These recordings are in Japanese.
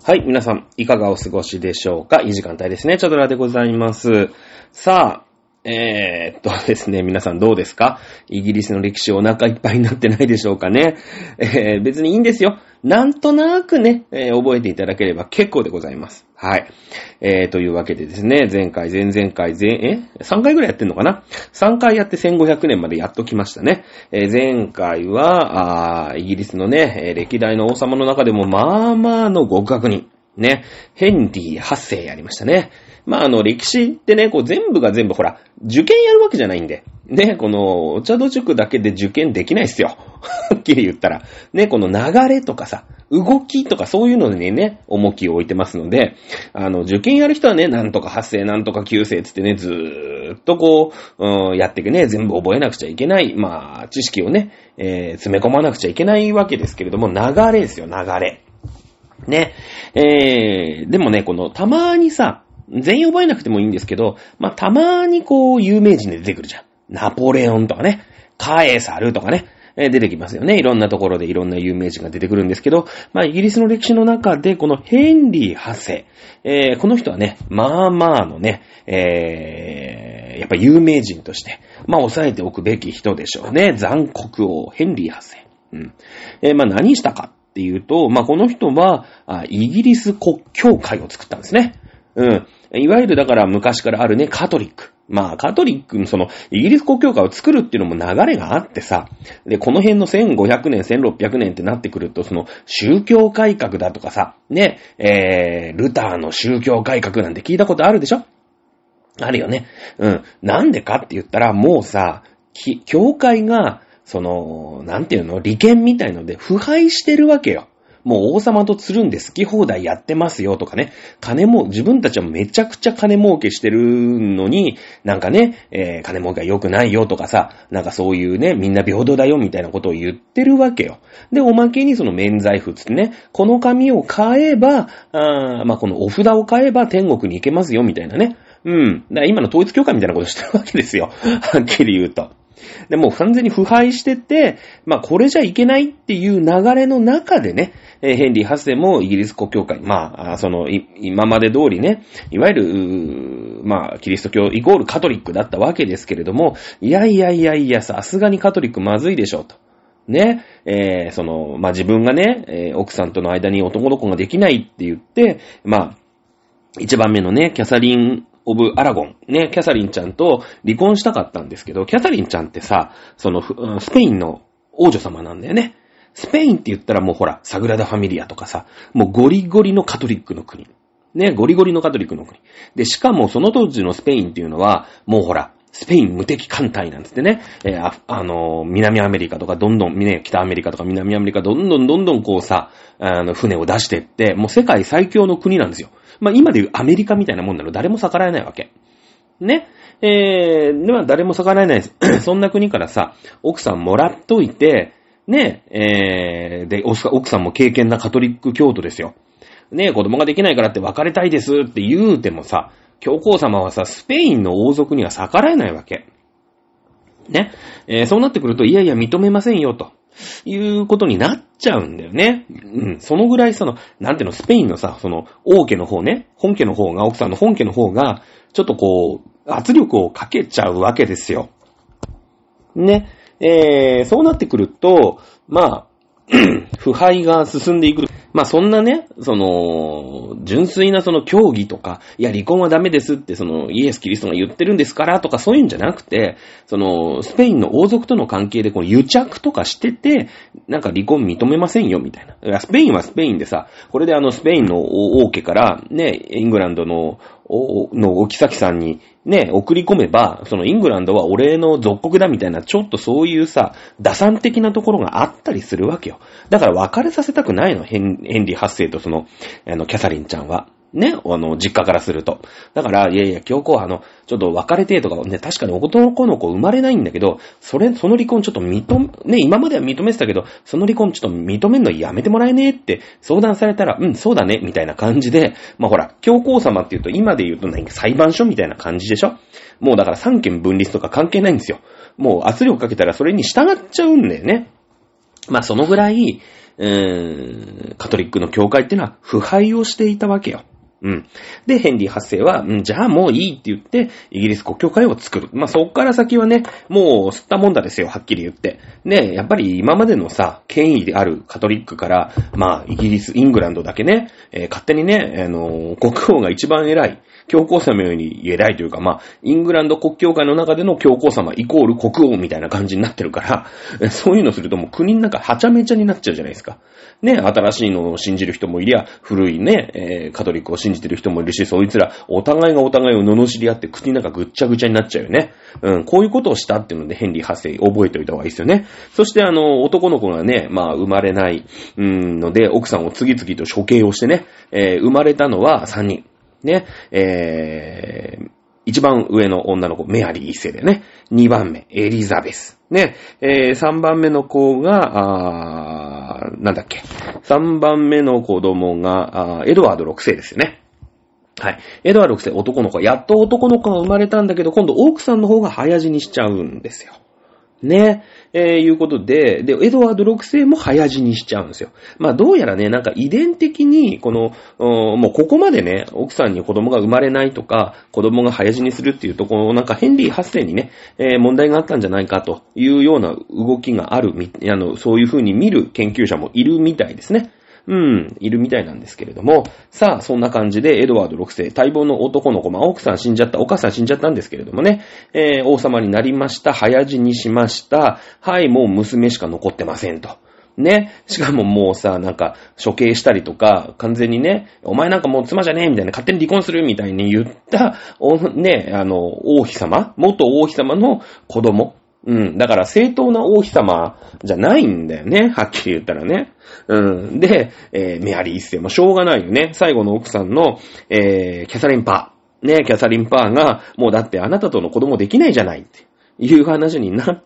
はい、皆さん、いかがお過ごしでしょうか。いい時間帯ですね。チャドラでございます。さあ、ですね、皆さんどうですか？イギリスの歴史お腹いっぱいになってないでしょうかね。別にいいんですよ。なんとなくね、覚えていただければ結構でございます。はい。というわけでですね、前回、前々回、3回ぐらいやってんのかな？ 3 回やって1500年までやっときましたね。前回は、イギリスのね、歴代の王様の中でもまあまあの極悪人。ね、ヘンリー8世やりましたね。まあ歴史ってね、こう全部が全部ほら、受験やるわけじゃないんで。ね、この、お茶戸塾だけで受験できないっすよ。はっきり言ったら。ね、この流れとかさ、動きとかそういうのにね、重きを置いてますので、受験やる人はね、なんとか8世、なんとか9世つってね、ずーっとこう、やっていくね、全部覚えなくちゃいけない、まあ、知識をね、詰め込まなくちゃいけないわけですけれども、流れですよ、流れ。ね。でもね、この、たまにさ、全員覚えなくてもいいんですけど、まあ、たまにこう、有名人で出てくるじゃん。ナポレオンとかね、カエサルとかね、出てきますよね。いろんなところでいろんな有名人が出てくるんですけど、まあ、イギリスの歴史の中で、このヘンリー8世、この人はね、まあまあのね、やっぱ有名人として、まあ、抑えておくべき人でしょうね。残国王、ヘンリー8世。まあ、何したかっていうと、まあ、この人は、イギリス国教会を作ったんですね。いわゆるだから昔からあるね、カトリック。まあ、カトリックのその、イギリス国教会を作るっていうのも流れがあってさ、で、この辺の1500年、1600年ってなってくると、その、宗教改革だとかさ、ね、ルターの宗教改革なんて聞いたことあるでしょ？あるよね。なんでかって言ったら、もうさ、教会が、その、なんていうの？利権みたいので腐敗してるわけよ。もう王様とつるんで好き放題やってますよとかね。自分たちはめちゃくちゃ金儲けしてるのに、なんかね、金儲けは良くないよとかさ、なんかそういうね、みんな平等だよみたいなことを言ってるわけよ。で、おまけにその免罪符つってね、この紙を買えば、まあこのお札を買えば天国に行けますよみたいなね。だから今の統一教会みたいなことしてるわけですよ。はっきり言うと。で、もう完全に腐敗してて、まあこれじゃいけないっていう流れの中でね、ヘンリー8世もイギリス国教会、まあ、今まで通りね、いわゆる、まあ、キリスト教イコールカトリックだったわけですけれども、いや、さすがにカトリックまずいでしょうと。ね、まあ自分がね、奥さんとの間に男の子ができないって言って、まあ、一番目のね、キャサリン・オブ・アラゴン。ね、キャサリンちゃんと離婚したかったんですけど、キャサリンちゃんってさ、スペインの王女様なんだよね。スペインって言ったらもうほら、サグラダ・ファミリアとかさ、もうゴリゴリのカトリックの国。ね、ゴリゴリのカトリックの国。で、しかもその当時のスペインっていうのは、もうほら、スペイン無敵艦隊なんつってね、南アメリカとかどんどん、ね、北アメリカとか南アメリカどんどんこうさ、船を出してって、もう世界最強の国なんですよ。まあ今でいうアメリカみたいなもんなの誰も逆らえないわけ。ね。では誰も逆らえないです。そんな国からさ、奥さんもらっといて、ね、で、奥さんも敬虔なカトリック教徒ですよ。ね、子供ができないからって別れたいですって言うてもさ、教皇様はさ、スペインの王族には逆らえないわけ。ね。そうなってくると、いや認めませんよ、ということになっちゃうんだよね。そのぐらいなんていうの、スペインのさ、王家の方ね、本家の方が、奥さんの本家の方が、ちょっとこう、圧力をかけちゃうわけですよ。ね。そうなってくると、まあ、腐敗が進んでいく。まあそんなね、純粋な教義とか、いや離婚はダメですってイエス・キリストが言ってるんですからとかそういうんじゃなくて、スペインの王族との関係で癒着とかしてて、なんか離婚認めませんよみたいな。いやスペインはスペインでさ、これでスペインの王家からね、イングランドのお妃さんにね、送り込めば、イングランドは俺の属国だみたいな、ちょっとそういうさ、打算的なところがあったりするわけよ。だから別れさせたくないの、ヘンリー8世とキャサリンちゃんは。ね、実家からすると。だから、教皇はちょっと別れてとかね、確かに男の子生まれないんだけど、その離婚ちょっとね、今までは認めてたけど、その離婚ちょっと認めるのやめてもらえねえって相談されたら、そうだね、みたいな感じで、まあほら、教皇様って言うと、今で言うと裁判所みたいな感じでしょ？もうだから三権分立とか関係ないんですよ。もう圧力かけたらそれに従っちゃうんだよね。まあそのぐらい、 カトリックの教会っていうのは腐敗をしていたわけよ。で、ヘンリー8世は、じゃあもういいって言って、イギリス国教会を作る。そっから先はね、もう吸ったもんだですよ、はっきり言って。ね、やっぱり今までのさ、権威であるカトリックから、イギリス、イングランドだけね、勝手にね、国王が一番偉い。教皇様より偉いというか、イングランド国教会の中での教皇様イコール国王みたいな感じになってるから、そういうのするともう国の中はちゃめちゃになっちゃうじゃないですか。ね、新しいのを信じる人もいりゃ、古いね、カトリックを信じてる人もいるし、そいつら、お互いがお互いを罵り合って口の中ぐっちゃぐちゃになっちゃうよね。こういうことをしたっていうので、ヘンリー8世覚えておいた方がいいですよね。そして男の子がね、生まれない、ので、奥さんを次々と処刑をしてね、生まれたのは3人。ね、一番上の女の子、メアリー一世だよね。2番目、エリザベス。ね、3番目の子が、3番目の子供が、エドワード6世ですよね。はい。エドワード6世、男の子。やっと男の子が生まれたんだけど、今度奥さんの方が早死にしちゃうんですよ。ね。いうことで、エドワード6世も早死にしちゃうんですよ。どうやらね、遺伝的に、もうここまでね、奥さんに子供が生まれないとか、子供が早死にするっていうところ、ヘンリー8世にね、問題があったんじゃないかというような動きがある、そういう風に見る研究者もいるみたいですね。いるみたいなんですけれども、さあ、そんな感じで、エドワード6世、待望の男の子、奥さん死んじゃった、お母さん死んじゃったんですけれどもね、王様になりました、早死にしました、はい、もう娘しか残ってませんと。ね。しかももうさ、処刑したりとか、完全にね、お前なんかもう妻じゃねえみたいな、勝手に離婚するみたいに言った、王妃様、元王妃様の子供。だから正当な王妃様じゃないんだよね。はっきり言ったらね。で、メアリー一世もしょうがないよね。最後の奥さんの、キャサリン・パー。ね、キャサリン・パーが、もうだってあなたとの子供できないじゃないっていう話になって、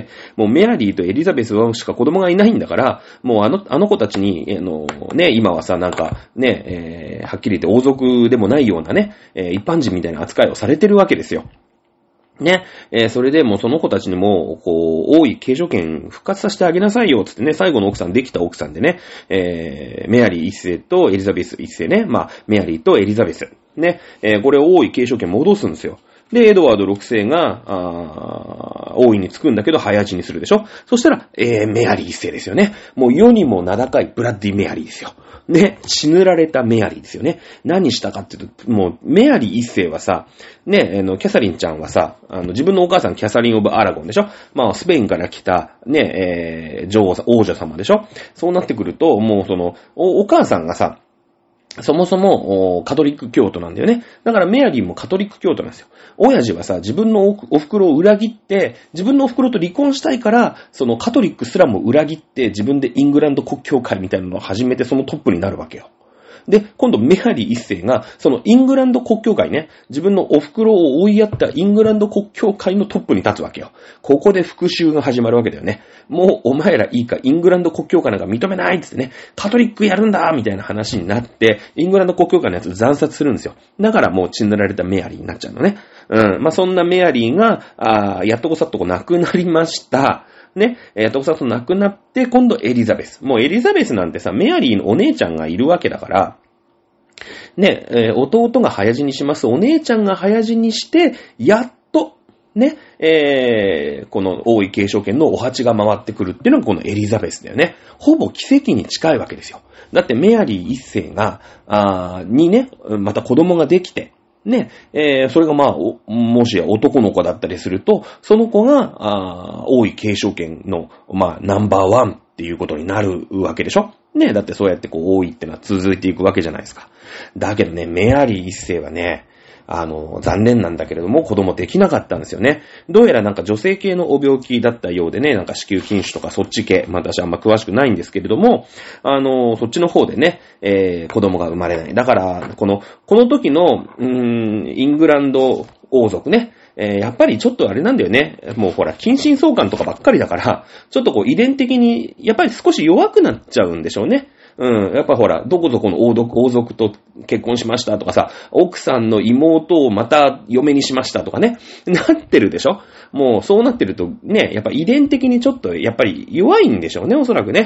もうメアリーとエリザベスしか子供がいないんだから、もうあの子たちに、今はさ、はっきり言って王族でもないようなね、一般人みたいな扱いをされてるわけですよ。ね。それでもうその子たちにも、王位継承権復活させてあげなさいよ、つってね、最後の奥さん、できた奥さんでね、メアリー一世とエリザベス一世ね、メアリーとエリザベス。ね。これ王位継承権戻すんですよ。で、エドワード6世が、王位につくんだけど早死にするでしょ。そしたら、メアリー一世ですよね。もう世にも名高いブラッディ・メアリーですよ。ね、死ぬられたメアリーですよね。何したかっていうと、もう、メアリー一世はさ、ね、キャサリンちゃんはさ、自分のお母さんキャサリン・オブ・アラゴンでしょ。スペインから来た、ね、王女様でしょ。そうなってくると、もうお母さんがさ、そもそも、カトリック教徒なんだよね。だからメアリーもカトリック教徒なんですよ。親父はさ、自分のお袋を裏切って、自分のお袋と離婚したいから、そのカトリックすらも裏切って、自分でイングランド国教会みたいなのを始めて、そのトップになるわけよ。で、今度メアリー一世が、そのイングランド国教会ね、自分のお袋を追いやったイングランド国教会のトップに立つわけよ。ここで復讐が始まるわけだよね。もうお前らいいか、イングランド国教会なんか認めないっつってね、カトリックやるんだみたいな話になって、イングランド国教会のやつ惨殺するんですよ。だからもう血塗られたメアリーになっちゃうのね。そんなメアリーが、やっとこさっとこ亡くなりました。ね、徳さんと亡くなって、今度エリザベス。もうエリザベスなんてさ、メアリーのお姉ちゃんがいるわけだから、ね、弟が早死にします。お姉ちゃんが早死にして、やっと、ね、この王位継承権のお鉢が回ってくるっていうのがこのエリザベスだよね。ほぼ奇跡に近いわけですよ。だってメアリー一世が、にね、また子供ができて、ね、それがもしや男の子だったりすると、その子が、王位継承権の、ナンバーワンっていうことになるわけでしょ。ね、だってそうやって王位ってのは続いていくわけじゃないですか。だけどね、メアリー一世はね、残念なんだけれども、子供できなかったんですよね。どうやら女性系のお病気だったようでね、子宮筋腫とかそっち系、私あんま詳しくないんですけれども、そっちの方でね、子供が生まれない。だから、この時の、イングランド王族ね、やっぱりちょっとあれなんだよね。もうほら、近親相関とかばっかりだから、ちょっと遺伝的に、やっぱり少し弱くなっちゃうんでしょうね。やっぱほら、どこどこの王族と結婚しましたとかさ、奥さんの妹をまた嫁にしましたとかね、なってるでしょ。もうそうなってるとね、やっぱ遺伝的にちょっとやっぱり弱いんでしょうね、おそらくね。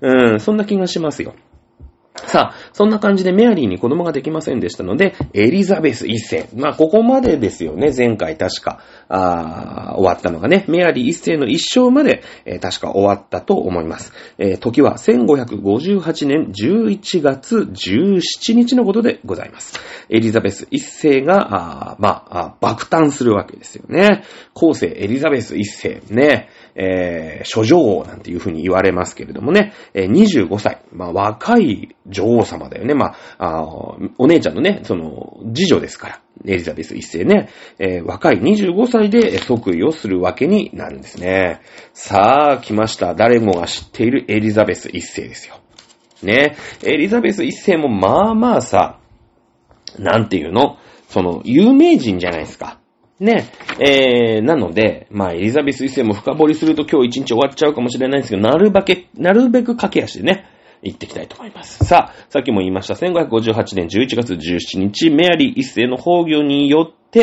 そんな気がしますよ。さあ、そんな感じでメアリーに子供ができませんでしたので、エリザベス一世。まあ、ここまでですよね。前回確か、終わったのがね、メアリー一世の一生まで、確か終わったと思います。時は1558年11月17日のことでございます。エリザベス一世が、爆誕するわけですよね。後世エリザベス一世ね、諸女王なんていうふうに言われますけれどもね、25歳。まあ、若い女王様だよね。まあ、お姉ちゃんのね、次女ですから。エリザベス一世ね。若い25歳で即位をするわけになるんですね。さあ、来ました。誰もが知っているエリザベス一世ですよ。ね。エリザベス一世もまあまあさ、なんていうの？有名人じゃないですか。ね。なので、まあ、エリザベス一世も深掘りすると今日一日終わっちゃうかもしれないんですけど、なるべく駆け足でね、行っていきたいと思います。さあ、さっきも言いました、1558年11月17日、メアリー一世の崩御によって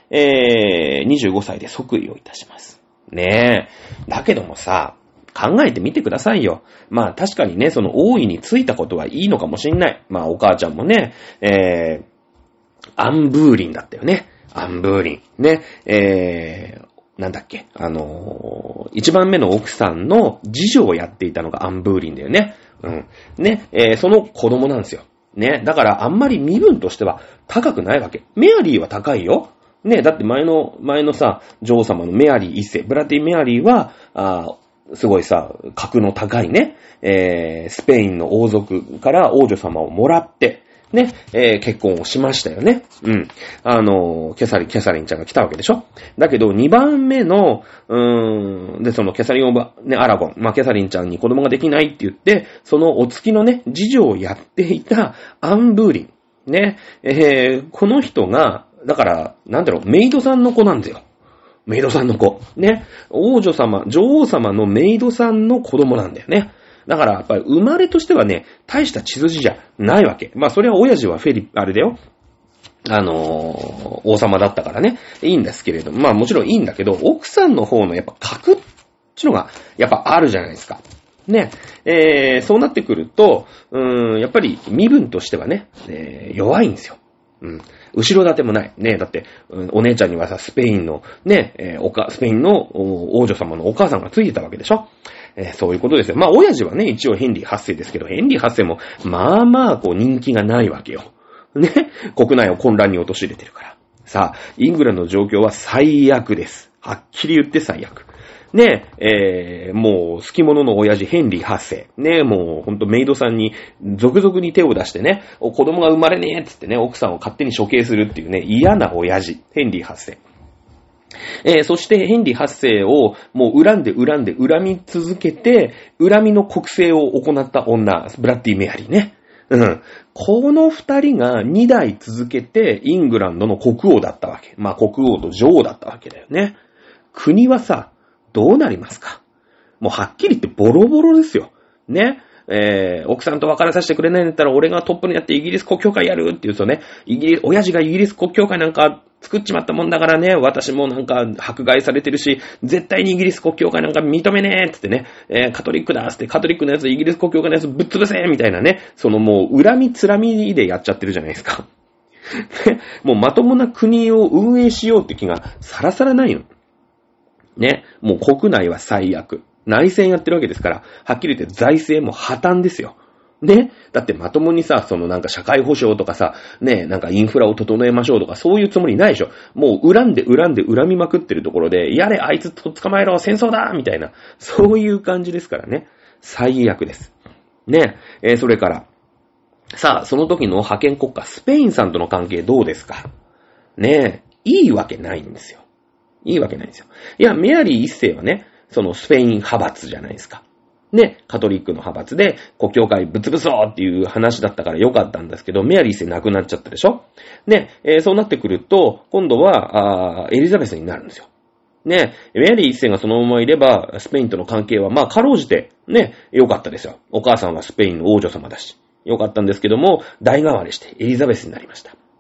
、25歳で即位をいたします。ねえ。だけどもさ、考えてみてくださいよ。まあ、確かにね、王位についたことはいいのかもしれない。まあ、お母ちゃんもね、アンブーリンだったよね。アンブーリン。ね、なんだっけ。一番目の奥さんの次女をやっていたのがアンブーリンだよね。うん。ね、その子供なんですよ。ね。だからあんまり身分としては高くないわけ。メアリーは高いよ。ね、だって前のさ、女王様のメアリー一世、ブラティ・メアリーは、すごいさ、格の高いね、スペインの王族から王女様をもらって、ね、結婚をしましたよね。うん。キャサリンちゃんが来たわけでしょ。だけど、2番目の、で、キャサリン・オブ、ね、アラゴン。まあ、キャサリンちゃんに子供ができないって言って、そのお付きのね、次女をやっていたアン・ブーリン。ね、この人が、だから、なんだろう、メイドさんの子なんですよ。メイドさんの子。ね。女王様のメイドさんの子供なんだよね。だから、やっぱり生まれとしてはね、大した血筋じゃないわけ。まあ、それは親父はあれだよ。王様だったからね、いいんですけれども、まあもちろんいいんだけど、奥さんの方のやっぱ格っていうのが、やっぱあるじゃないですか。ね。そうなってくると、やっぱり身分としてはね、弱いんですよ。うん。後ろ盾もない。ね。だって、お姉ちゃんにはさ、スペインのね、スペインの王女様のお母さんがついてたわけでしょ。そういうことですよ。まあ、親父はね、一応ヘンリー8世ですけど、ヘンリー8世も、まあまあ、人気がないわけよ。ね。国内を混乱に陥れてるから。さあ、イングランドの状況は最悪です。はっきり言って最悪。ね、もう、好き者の親父、ヘンリー8世。ね、もう、ほんとメイドさんに、続々に手を出してね、子供が生まれねえっつってね、奥さんを勝手に処刑するっていうね、嫌な親父、ヘンリー8世。そしてヘンリー8世をもう恨み続けて、恨みの国政を行った女、ブラッディ・メアリーね。うん。この二人が2代続けてイングランドの国王だったわけ。まあ国王と女王だったわけだよね。国はさ、どうなりますか？もうはっきり言ってボロボロですよ。ね。奥さんと別れさせてくれないんだったら俺がトップになってイギリス国教会やるって言うとね、親父がイギリス国教会なんか作っちまったもんだからね、私もなんか迫害されてるし、絶対にイギリス国教会なんか認めねえって言ってね、カトリックだってカトリックのやつイギリス国教会のやつぶっ潰せみたいなね、もう恨みつらみでやっちゃってるじゃないですか。もうまともな国を運営しようって気がさらさらないの。ね、もう国内は最悪。内戦やってるわけですから、はっきり言って財政も破綻ですよ。ね。だってまともにさ、なんか社会保障とかさ、ね、なんかインフラを整えましょうとか、そういうつもりないでしょ。もう恨みまくってるところで、やれ、あいつと捕まえろ、戦争だみたいな、そういう感じですからね。最悪です。ね。それから、さあ、その時の覇権国家、スペインさんとの関係どうですか？ね。いいわけないんですよ。いいわけないんですよ。いや、メアリー一世はね、スペイン派閥じゃないですか。ね、カトリックの派閥で国教会ぶつぶそうっていう話だったから良かったんですけど、メアリー一世亡くなっちゃったでしょ。ね、そうなってくると、今度は、エリザベスになるんですよ。ね、メアリー一世がそのままいれば、スペインとの関係は、まあ、かろうじて、ね、良かったですよ。お母さんはスペインの王女様だし、良かったんですけども、代替わりしてエリザベスになりました。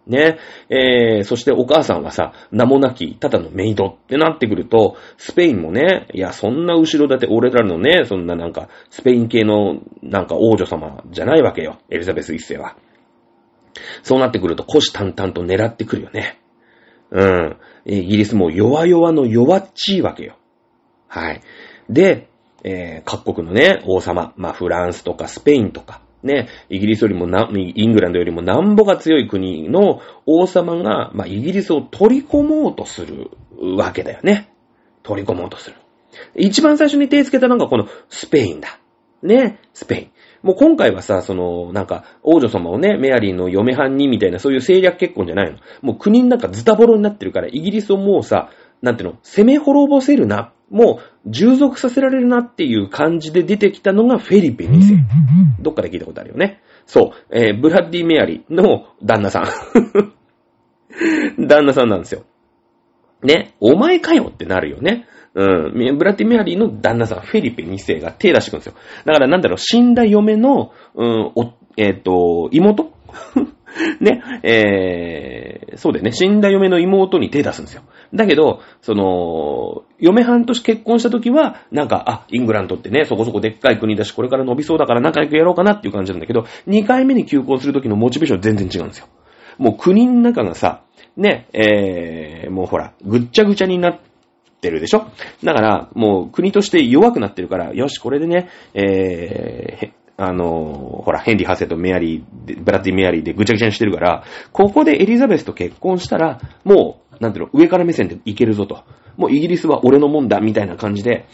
ね。そしてお母さんはさ、名もなき、ただのメイドってなってくると、スペインもね、いや、そんな後ろ盾、俺らのね、そんななんか、スペイン系のなんか王女様じゃないわけよ。エリザベス一世は。そうなってくると、虎視眈々と狙ってくるよね。うん。イギリスも弱々の弱っちいわけよ。はい。で、各国のね、王様、まあフランスとかスペインとか、ね、イギリスよりもイングランドよりもなんぼが強い国の王様が、まあイギリスを取り込もうとするわけだよね。取り込もうとする。一番最初に手つけたのがこのスペインだ。ね、スペイン。もう今回はさ、なんか、王女様をね、メアリーの嫁はんにみたいな、そういう政略結婚じゃないの。もう国の中ズタボロになってるから、イギリスをもうさ、なんていうの、攻め滅ぼせるな、もう従属させられるなっていう感じで出てきたのがフェリペ2世。どっかで聞いたことあるよね。そう、ブラッディ・メアリーの旦那さん。旦那さんなんですよ。ね、お前かよってなるよね。うん。ブラッディ・メアリーの旦那さん、フェリペ2世が手出してくるんですよ。だからなんだろう、死んだ嫁の、妹ね、そうだよね。死んだ嫁の妹に手出すんですよ。だけど、嫁はんと結婚した時は、なんか、イングランドってね、そこそこでっかい国だし、これから伸びそうだから仲良くやろうかなっていう感じなんだけど、2回目に求婚する時のモチベーション全然違うんですよ。もう国の中がさ、ね、もうほら、ぐっちゃぐちゃになってるでしょ？だから、もう国として弱くなってるから、よし、これでね、ほら、ヘンリー8世とメアリー、ブラッディ・メアリーでぐちゃぐちゃにしてるから、ここでエリザベスと結婚したら、もう、なんていうの、上から目線でいけるぞと。もうイギリスは俺のもんだ、みたいな感じで、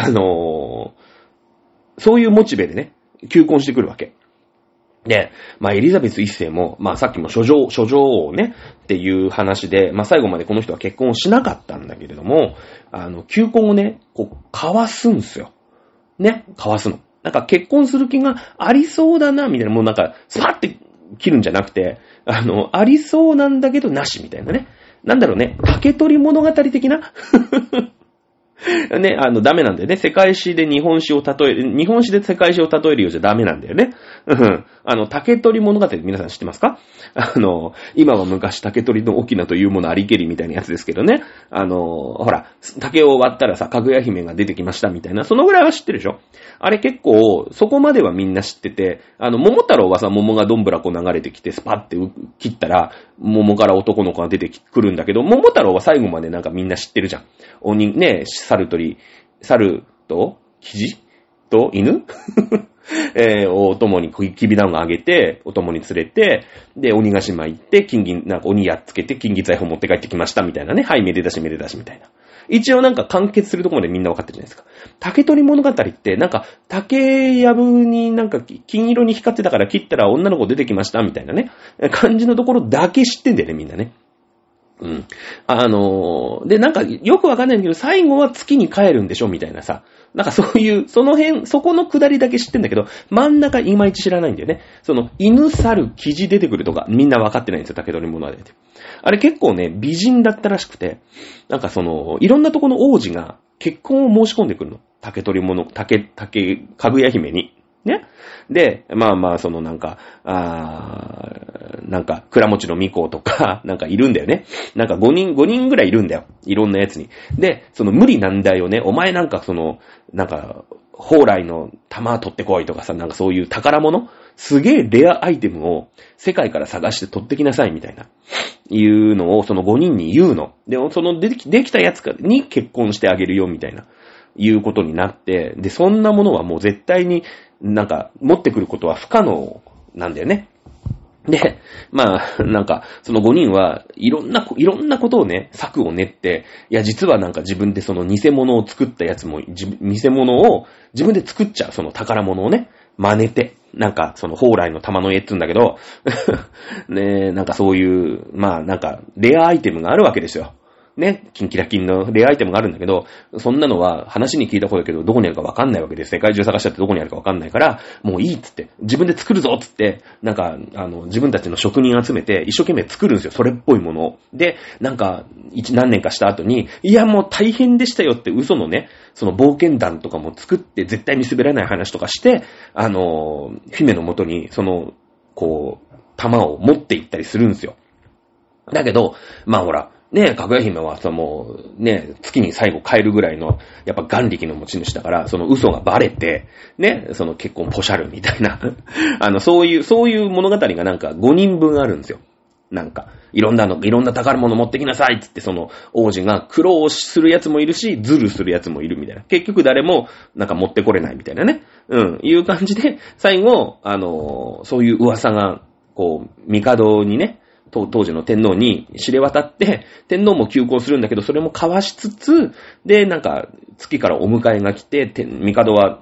そういうモチベでね、求婚してくるわけ。で、まあ、エリザベス一世も、まあ、さっきも諸女王ね、っていう話で、まあ、最後までこの人は結婚しなかったんだけれども、求婚をね、こう、交わすんすよ。ね、交わすの。なんか結婚する気がありそうだな、みたいな、もうなんか、スパッて切るんじゃなくて、ありそうなんだけどなし、みたいなね。なんだろうね、竹取物語的なね、ダメなんだよね。世界史で日本史で世界史を例えるようじゃダメなんだよね。竹取物語皆さん知ってますか？今は昔竹取の翁というものありけりみたいなやつですけどね。ほら、竹を割ったらさ、かぐや姫が出てきましたみたいな、そのぐらいは知ってるでしょ？あれ結構、そこまではみんな知ってて、桃太郎はさ、桃がどんぶらこ流れてきて、スパって切ったら、桃から男の子が出てくるんだけど、桃太郎は最後までなんかみんな知ってるじゃん。ね、猿とキジと犬を共にきびだんごあげて、お供に連れて、で、鬼ヶ島行って、なんか鬼やっつけて、金銀財宝持って帰ってきましたみたいなね。はい、めでたしみたいな。一応なんか完結するところまでみんな分かってるじゃないですか。竹取物語って、なんか、竹やぶになんか金色に光ってたから切ったら女の子出てきましたみたいなね。感じのところだけ知ってんだよね、みんなね。うん。で、なんか、よくわかんないんだけど、最後は月に帰るんでしょみたいなさ。なんかそういう、そこの下りだけ知ってんだけど、真ん中いまいち知らないんだよね。犬、猿、キジ出てくるとか、みんなわかってないんですよ、竹取物語で。あれ結構ね、美人だったらしくて、なんかいろんなとこの王子が結婚を申し込んでくるの。かぐや姫に。ね。で、まあまあ、なんか、なんか、倉持の巫女とか、なんかいるんだよね。なんか5人ぐらいいるんだよ。いろんなやつに。で、無理なんだよね。お前なんかなんか、蓬莱の玉取ってこいとかさ、なんかそういう宝物すげえレアアイテムを世界から探して取ってきなさいみたいな。いうのをその5人に言うの。で、できたやつに結婚してあげるよみたいな。いうことになって、で、そんなものはもう絶対になんか持ってくることは不可能なんだよね。で、まあ、なんか、その5人はいろんなことをね、策を練って、いや、実はなんか自分で偽物を作ったやつも、偽物を自分で作っちゃう、その宝物をね、真似て、なんか、蓬莱の玉の絵って言うんだけど、ね、なんかそういう、まあ、なんか、レアアイテムがあるわけですよ。ね、キンキラキンのレアアイテムがあるんだけど、そんなのは話に聞いたことだけど、どこにあるかわかんないわけです。世界中探しちゃってどこにあるかわかんないから、もういいっつって、自分で作るぞっつって、なんか、自分たちの職人集めて、一生懸命作るんですよ。それっぽいものを。で、なんか、何年かした後に、いやもう大変でしたよって嘘のね、冒険団とかも作って、絶対に滑らない話とかして、姫の元に、こう、玉を持って行ったりするんですよ。 だけど、まあほら、ね、かぐや姫はさ、もう、ね、月に最後帰るぐらいの、やっぱ眼力の持ち主だから、その嘘がバレて、ね、その結婚ポシャルみたいな、そういう物語がなんか5人分あるんですよ。なんか、いろんな宝物持ってきなさいっつって、その王子が苦労するやつもいるし、ズルするやつもいるみたいな。結局誰もなんか持ってこれないみたいなね。いう感じで、最後、そういう噂が、こう、帝にね、当時の天皇に知れ渡って、天皇も急行するんだけど、それも交わしつつ、で、なんか、月からお迎えが来て、帝は、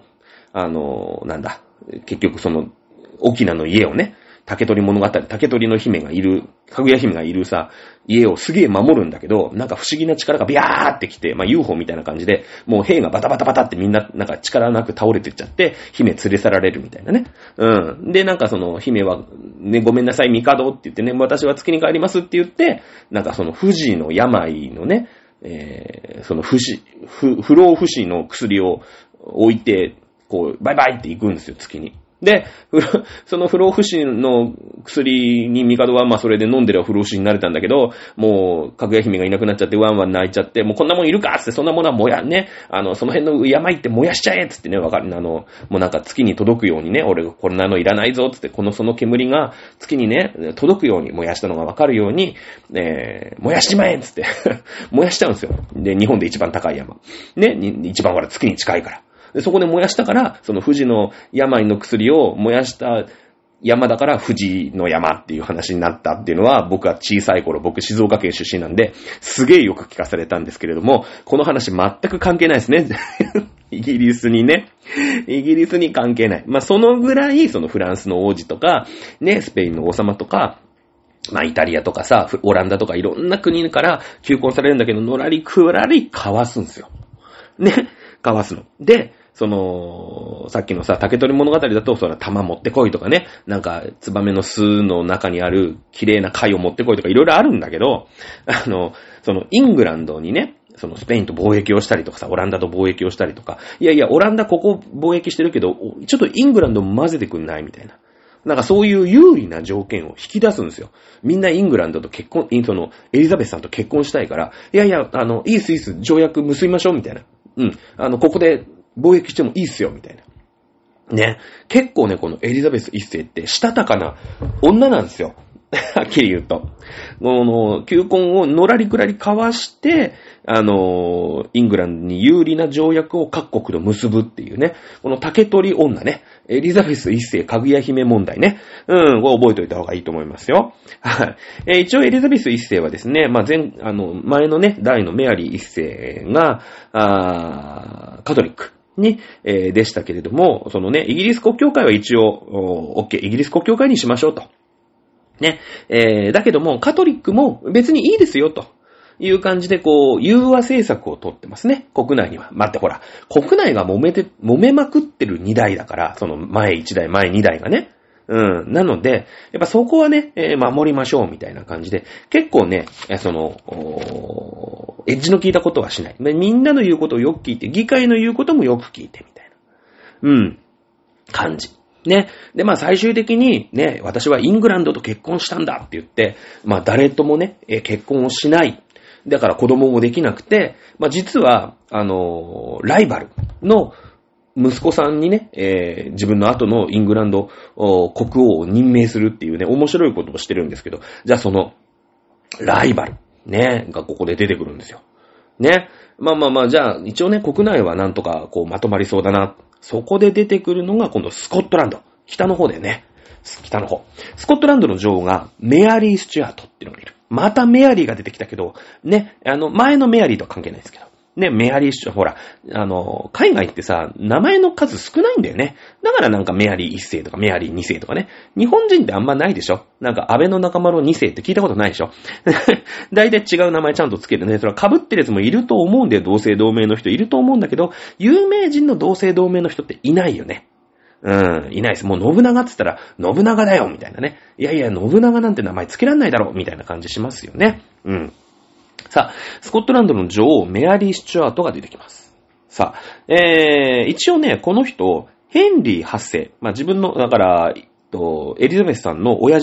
結局その、翁の家をね、竹取物語、竹取の姫がいる、かぐや姫がいるさ、家をすげえ守るんだけど、なんか不思議な力がビャーってきて、まあ UFO みたいな感じで、もう兵がバタバタバタってみんな、なんか力なく倒れてっちゃって、姫連れ去られるみたいなね。で、なんかその姫は、ね、ごめんなさい、帝って言ってね、私は月に帰りますって言って、なんかその不治の病のね、その不老不死の薬を置いて、こう、バイバイって行くんですよ、月に。で、その不老不死の薬に帝はまあそれで飲んでれば不老不死になれたんだけど、もう、かぐや姫がいなくなっちゃってワンワン泣いちゃって、もうこんなもんいるかつって、そんなものはその辺の病って燃やしちゃえつってね、もうなんか月に届くようにね、俺こんなのいらないぞつって、その煙が月にね、届くように燃やしたのがわかるように、燃やしちまえつって、燃やしちゃうんですよ。で、日本で一番高い山。ね、一番ほら月に近いから。で、そこで燃やしたから、その富士の病の薬を燃やした山だから富士の山っていう話になったっていうのは、僕は小さい頃、僕静岡県出身なんで、すげえよく聞かされたんですけれども、この話全く関係ないですね。イギリスに関係ない。まあ、そのぐらい、そのフランスの王子とか、ね、スペインの王様とか、まあ、イタリアとかさ、オランダとかいろんな国から求婚されるんだけど、のらりくらりかわすんですよ。ね、かわすの。で、さっきのさ、竹取物語だと、玉持ってこいとかね、なんか、ツバメの巣の中にある綺麗な貝を持ってこいとかいろいろあるんだけど、イングランドにね、スペインと貿易をしたりとかさ、オランダと貿易をしたりとか、いやいや、オランダここ貿易してるけど、ちょっとイングランド混ぜてくんないみたいな。なんかそういう有利な条件を引き出すんですよ。みんなイングランドとエリザベスさんと結婚したいから、いやいや、いいっす、条約結びましょうみたいな。ここで、貿易してもいいっすよ、みたいな。ね。結構ね、このエリザベス一世ってしたたかな女なんですよ。はっきり言うと。求婚をのらりくらり交わして、イングランドに有利な条約を各国と結ぶっていうね。この竹取女ね。エリザベス一世かぐや姫問題ね。これ覚えておいた方がいいと思いますよ。はい。一応エリザベス一世はですね、まあ、前のね、代のメアリー一世が、カトリック。でしたけれども、イギリス国教会は一応、OK、イギリス国教会にしましょうと。ね。だけども、カトリックも別にいいですよ、という感じで、融和政策を取ってますね。国内には。待って、ほら、国内が揉めまくってる2代だから、前1代、前2代がね。なので、やっぱそこはね、守りましょうみたいな感じで、結構ね、エッジの効いたことはしない。みんなの言うことをよく聞いて、議会の言うこともよく聞いてみたいな。感じ。ね。で、まあ最終的にね、私はイングランドと結婚したんだって言って、まあ誰ともね、結婚をしない。だから子供もできなくて、まあ実は、ライバルの息子さんにね、自分の後のイングランド国王を任命するっていうね、面白いことをしてるんですけど、じゃあその、ライバル、ね、がここで出てくるんですよ。ね。まあ、じゃあ、一応ね、国内はなんとかまとまりそうだな。そこで出てくるのが今度スコットランド。北の方だよね。北の方。スコットランドの女王がメアリー・スチュアートっていうのがいる。またメアリーが出てきたけど、ね、前のメアリーとは関係ないですけど。ね、メアリーシュ、ほら、海外ってさ、名前の数少ないんだよね。だからなんかメアリー一世とかメアリー二世とかね。日本人ってあんまないでしょ。なんか安倍の中丸二世って聞いたことないでしょ。大体違う名前ちゃんとつけるね。それは被ってるやつもいると思うんだよ。同姓同名の人いると思うんだけど、有名人の同姓同名の人っていないよね。いないです。もう信長って言ったら、信長だよみたいなね。いやいや、信長なんて名前つけらんないだろうみたいな感じしますよね。さあ、スコットランドの女王、メアリー・スチュアートが出てきます。さあ、一応ね、この人、ヘンリー8世、まあ、自分の、だから、エリザベスさんの親父ね、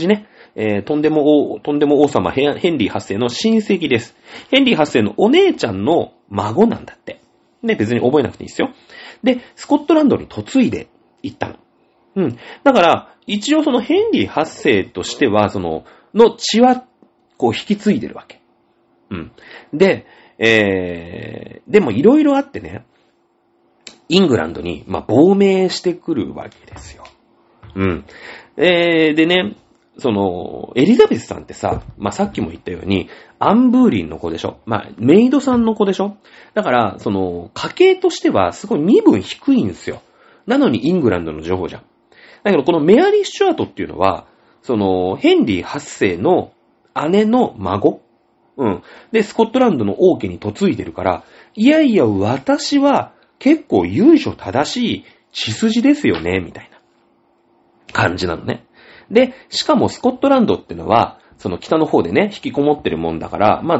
とんでも王様ヘンリー8世の親戚です。ヘンリー8世のお姉ちゃんの孫なんだって。ね、別に覚えなくていいですよ。で、スコットランドに嫁いで行ったの。うん。だから、一応そのヘンリー8世としては、の血は、こう引き継いでるわけ。うん。で、でもいろいろあってね、イングランドに、亡命してくるわけですよ。うん。でね、エリザベスさんってさ、さっきも言ったように、アンブーリンの子でしょ。メイドさんの子でしょ。だから、家系としてはすごい身分低いんですよ。なのにイングランドの女王じゃん。だけど、このメアリー・スチュアートっていうのは、ヘンリー8世の姉の孫。うん。で、スコットランドの王家に嫁いでるから、いやいや、私は結構由緒正しい血筋ですよね、みたいな感じなのね。で、しかもスコットランドってのは、北の方でね、引きこもってるもんだから、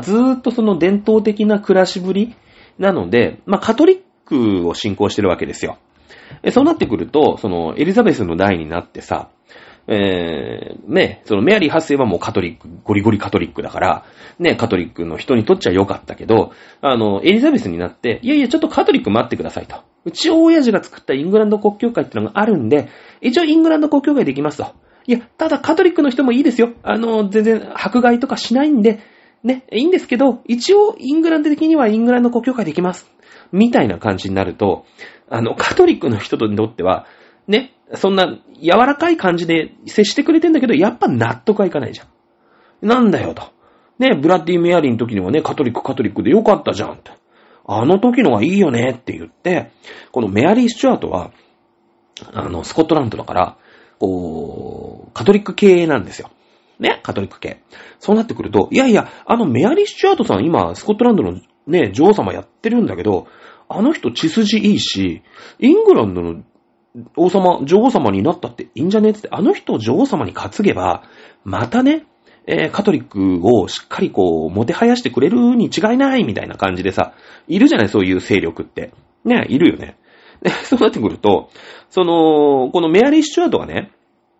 ずーっと伝統的な暮らしぶりなので、カトリックを信仰してるわけですよ。そうなってくると、エリザベスの代になってさ、メアリー8世はもうカトリック、ゴリゴリカトリックだから、ね、カトリックの人にとっちゃ良かったけど、エリザベスになって、いやいや、ちょっとカトリック待ってくださいと。うち親父が作ったイングランド国教会ってのがあるんで、一応イングランド国教会できますと。いや、ただカトリックの人もいいですよ。全然迫害とかしないんで、ね、いいんですけど、一応イングランド的にはイングランド国教会できます。みたいな感じになると、カトリックの人にとっては、ね、そんな柔らかい感じで接してくれてんだけど、やっぱ納得はいかないじゃん。なんだよと。ね、ブラッディ・メアリーの時にはね、カトリックでよかったじゃんって。あの時のがいいよねって言って、このメアリー・スチュアートは、スコットランドだから、カトリック系なんですよ。ね、カトリック系。そうなってくると、いやいや、メアリー・スチュアートさん今、スコットランドのね、女王様やってるんだけど、あの人血筋いいし、イングランドの女王様になったっていいんじゃねって、あの人を女王様に担げば、またね、カトリックをしっかりもてはやしてくれるに違いないみたいな感じでさ、いるじゃない、そういう勢力って。ね、いるよね。で、そうなってくると、このメアリー・スチュアートがね、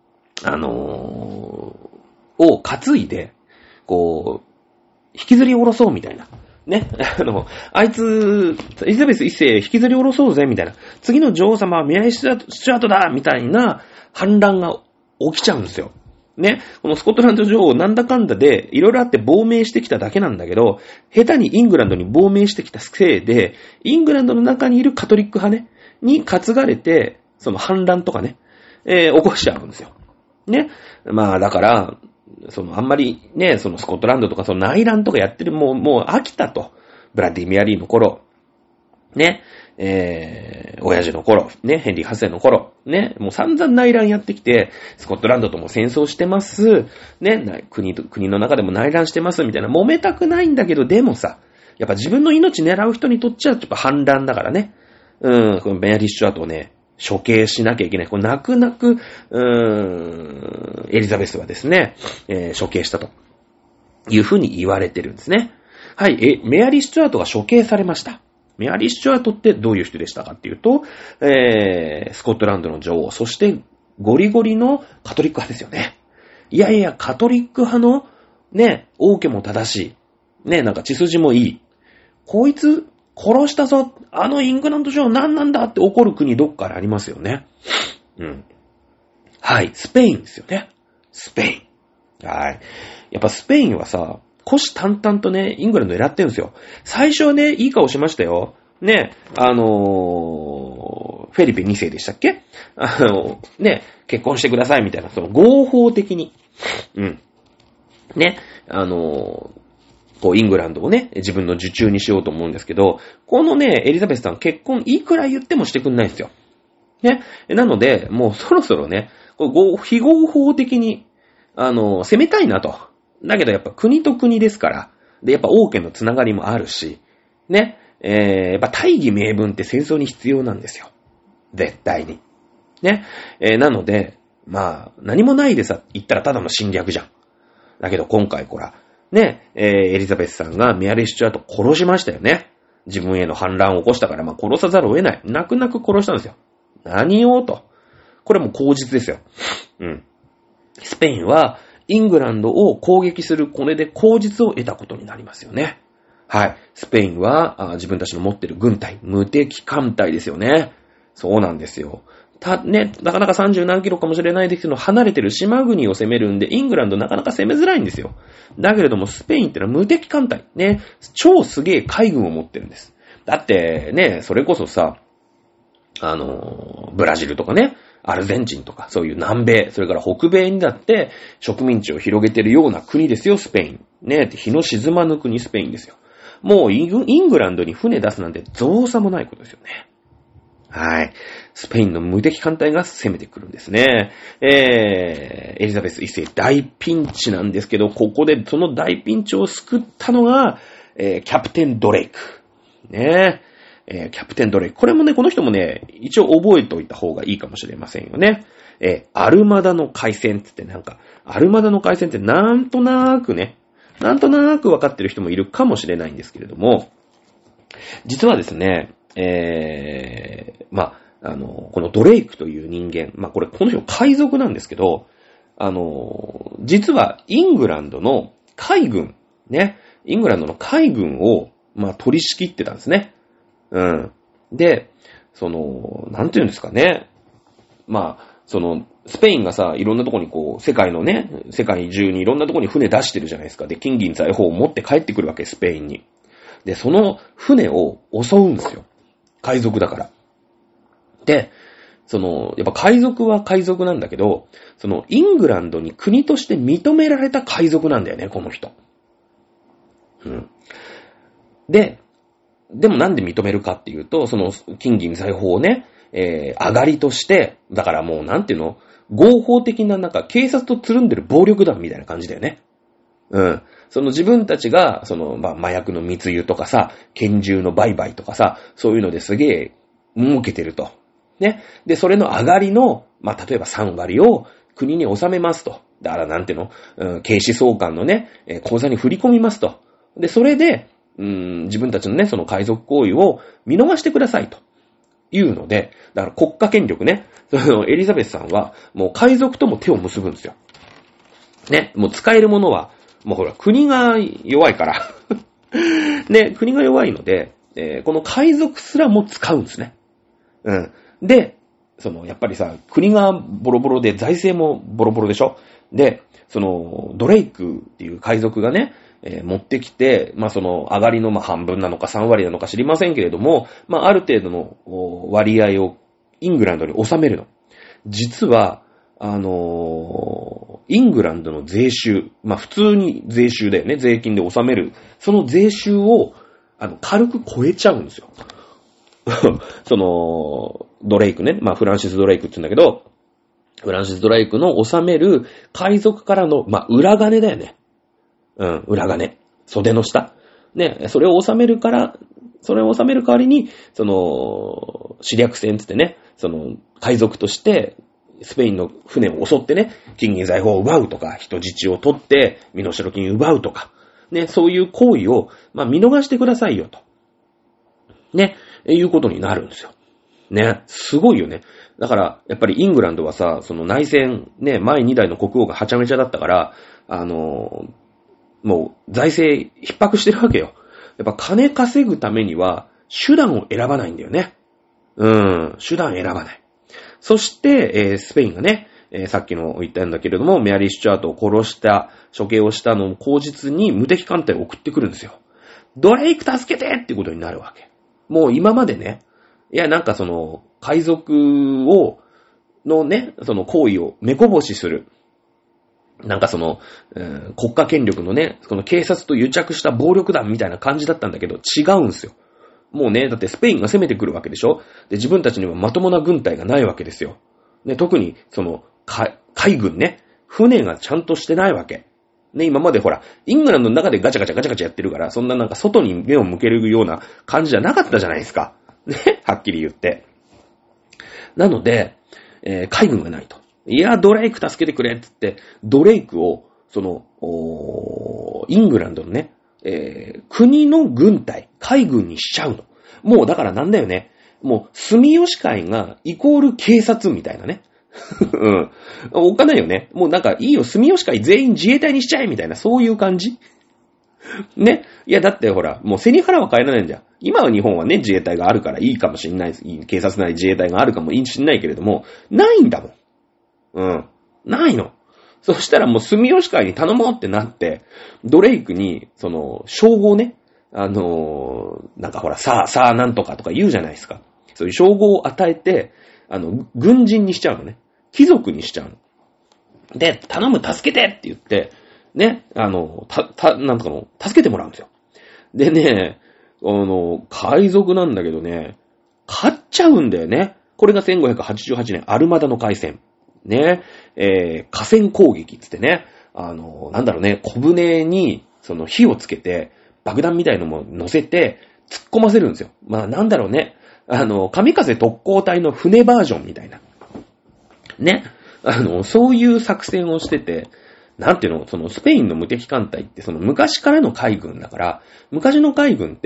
を担いで、引きずり下ろそうみたいな。ね。あいつ、エリザベス一世引きずり下ろそうぜ、みたいな。次の女王様はメアリー・スチュアートだみたいな反乱が起きちゃうんですよ。ね。このスコットランド女王なんだかんだで、いろいろあって亡命してきただけなんだけど、下手にイングランドに亡命してきたせいで、イングランドの中にいるカトリック派ね、に担がれて、反乱とかね、起こしちゃうんですよ。ね。だから、あんまりね、スコットランドとか内乱とかやってる、もう飽きたと。ブラッディ・メアリーの頃、ね、親父の頃、ね、ヘンリー8世の頃、ね、もう散々内乱やってきて、スコットランドとも戦争してます、ね、国の中でも内乱してます、みたいな、揉めたくないんだけど、でもさ、やっぱ自分の命狙う人にとっちゃ、やっぱ反乱だからね、このメアリー・スチュアートをね、処刑しなきゃいけない。泣く泣く、エリザベスはですね、処刑したというふうに言われてるんですね。はい、メアリー・スチュアートが処刑されました。メアリー・スチュアートってどういう人でしたかっていうと、スコットランドの女王、そしてゴリゴリのカトリック派ですよね。いやいや、カトリック派のね、王家も正しい。ね、なんか血筋もいい。こいつ、殺したぞ、イングランド女王何なんだって怒る国どっかでありますよね。うん。はい、スペインですよね。スペイン。はい。やっぱスペインはさ、虎視眈々とね、イングランド狙ってるんですよ。最初はね、いい顔しましたよ。ね、フェリペ2世でしたっけ？ね、結婚してくださいみたいな、合法的に。うん。ね、イングランドをね、自分の受注にしようと思うんですけど、このね、エリザベスさん結婚いくら言ってもしてくんないんですよ。ね。なので、もうそろそろね、非合法的に、攻めたいなと。だけどやっぱ国と国ですから、で、やっぱ王家のつながりもあるし、ね、やっぱ大義名分って戦争に必要なんですよ。絶対に。ね。なので、何もないでさ、言ったらただの侵略じゃん。だけど今回ね、エリザベスさんがメアリー・スチュアート殺しましたよね。自分への反乱を起こしたから、殺さざるを得ない。泣く泣く殺したんですよ。何をと。これも口実ですよ。うん。スペインは、 イングランドを攻撃する、これで口実を得たことになりますよね。はい。スペインは自分たちの持ってる軍隊、無敵艦隊ですよね。そうなんですよ。なかなか30何キロかもしれないですけど、離れてる島国を攻めるんで、イングランドなかなか攻めづらいんですよ。だけれども、スペインってのは無敵艦隊。ね。超すげえ海軍を持ってるんです。だってね、それこそさ、ブラジルとかね、アルゼンチンとか、そういう南米、それから北米にだって植民地を広げてるような国ですよ、スペイン。ね、日の沈まぬ国スペインですよ。もうイングランドに船出すなんて造作もないことですよね。はい。スペインの無敵艦隊が攻めてくるんですね。エリザベス一世大ピンチなんですけど、ここでその大ピンチを救ったのが、キャプテンドレイク。ね。キャプテンドレイク。これもね、この人もね、一応覚えておいた方がいいかもしれませんよね。アルマダの海戦って言ってなんか、アルマダの海戦ってなんとなく分かってる人もいるかもしれないんですけれども、実はですね、このドレイクという人間、この人海賊なんですけど、実はイングランドの海軍、ね、イングランドの海軍を、取り仕切ってたんですね。うん。で、なんていうんですかね。スペインがさ、いろんなとこに世界中にいろんなとこに船出してるじゃないですか。で、金銀財宝を持って帰ってくるわけ、スペインに。で、その船を襲うんですよ。海賊だから。で、やっぱ海賊は海賊なんだけど、イングランドに国として認められた海賊なんだよね、この人。うん。でもなんで認めるかっていうと、金銀財宝をね、上がりとして、だからもうなんていうの、合法的な警察とつるんでる暴力団みたいな感じだよね。うん。自分たちが、麻薬の密輸とかさ、拳銃の売買とかさ、そういうのですげえ儲けてると。ね。で、それの上がりの、例えば3割を国に納めますと。だからなんていうの、警視総監のね、口座に振り込みますと。で、それで、自分たちのね、その海賊行為を見逃してくださいというので、だから国家権力ね、エリザベスさんはもう海賊とも手を結ぶんですよ。ね、もう使えるものは、もうほら、国が弱いから。ね、国が弱いので、この海賊すらも使うんですね。うん。で、やっぱりさ、国がボロボロで財政もボロボロでしょ。で、ドレイクっていう海賊がね、持ってきて、上がりの半分なのか3割なのか知りませんけれども、ある程度の割合をイングランドに収めるの。実は、イングランドの税収、普通に税収だよね、税金で納める。その税収を、軽く超えちゃうんですよ。ドレイクね、フランシス・ドレイクって言うんだけど、フランシス・ドレイクの納める海賊からの、裏金だよね。うん、裏金。袖の下。ね、それを納める代わりに、試略船つってね、海賊として、スペインの船を襲ってね、金銀財宝を奪うとか、人質を取って、身代金を奪うとか、ね、そういう行為を、見逃してくださいよと。ね、いうことになるんですよ。ね、すごいよね。だから、やっぱりイングランドはさ、内戦、ね、前2代の国王がはちゃめちゃだったから、もう財政逼迫してるわけよ。やっぱ金稼ぐためには手段を選ばないんだよね。手段選ばない。そして、スペインがね、さっきの言ったんだけれども、メアリー・スチュアートを殺した、処刑をしたのを口実に無敵艦隊を送ってくるんですよ。ドレイク助けてってことになるわけ。もう今までね、いや海賊のね、行為を目こぼしする。国家権力のね、警察と癒着した暴力団みたいな感じだったんだけど、違うんですよ。もうね、だってスペインが攻めてくるわけでしょ。で、自分たちにはまともな軍隊がないわけですよ。ね、特に、海軍ね、船がちゃんとしてないわけ。ね、今までほら、イングランドの中でガチャガチャやってるから、そんな外に目を向けるような感じじゃなかったじゃないですか。ね、はっきり言って。なので、海軍がないと。いや、ドレイク助けてくれって言って、ドレイクを、イングランドのね、国の軍隊、海軍にしちゃうの。もうだからなんだよね。もう、住吉会がイコール警察みたいなね。 うん。おっかないよね。もうなんかいいよ、住吉会全員自衛隊にしちゃえみたいな、そういう感じね。いや、だってほら、もう背に腹は変えられないんじゃん。今は日本はね、自衛隊があるからいいかもしんないです。警察なり自衛隊があるかもしんないけれども、ないんだもん。うん。ないの。そしたらもう住吉会に頼もうってなって、ドレイクに、称号ね、なんかほら、さあなんとかとか言うじゃないですか。そういう称号を与えて、軍人にしちゃうのね。貴族にしちゃうの。で、頼む、助けてって言って、ね、なんとかの、助けてもらうんですよ。でね、海賊なんだけどね、勝っちゃうんだよね。これが1588年アルマダの海戦。ね、河川攻撃っつってね、なんだろうね、小舟に、火をつけて、爆弾みたいのも乗せて、突っ込ませるんですよ。まあ、なんだろうね、神風特攻隊の船バージョンみたいな。ね。そういう作戦をしてて、なんていうの、スペインの無敵艦隊って、昔からの海軍だから、昔の海軍って、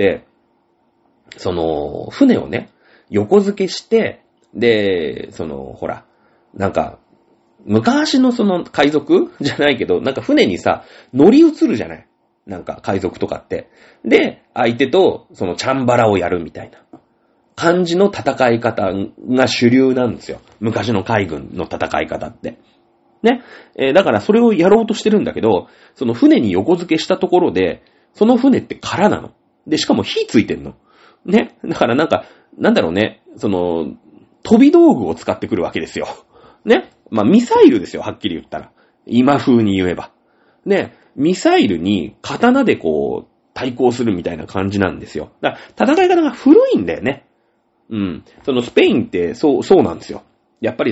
船をね、横付けして、で、ほら、なんか、昔の海賊じゃないけど、なんか船にさ、乗り移るじゃないなんか海賊とかって。で、相手と、チャンバラをやるみたいな感じの戦い方が主流なんですよ。昔の海軍の戦い方って。ね。だからそれをやろうとしてるんだけど、その船に横付けしたところで、その船って空なの。で、しかも火ついてんの。ね。だからなんか、なんだろうね、飛び道具を使ってくるわけですよ。ね。まあ、ミサイルですよ、はっきり言ったら。今風に言えば。ね。ミサイルに刀でこう、対抗するみたいな感じなんですよ。だから戦い方が古いんだよね。うん。スペインってそうなんですよ。やっぱり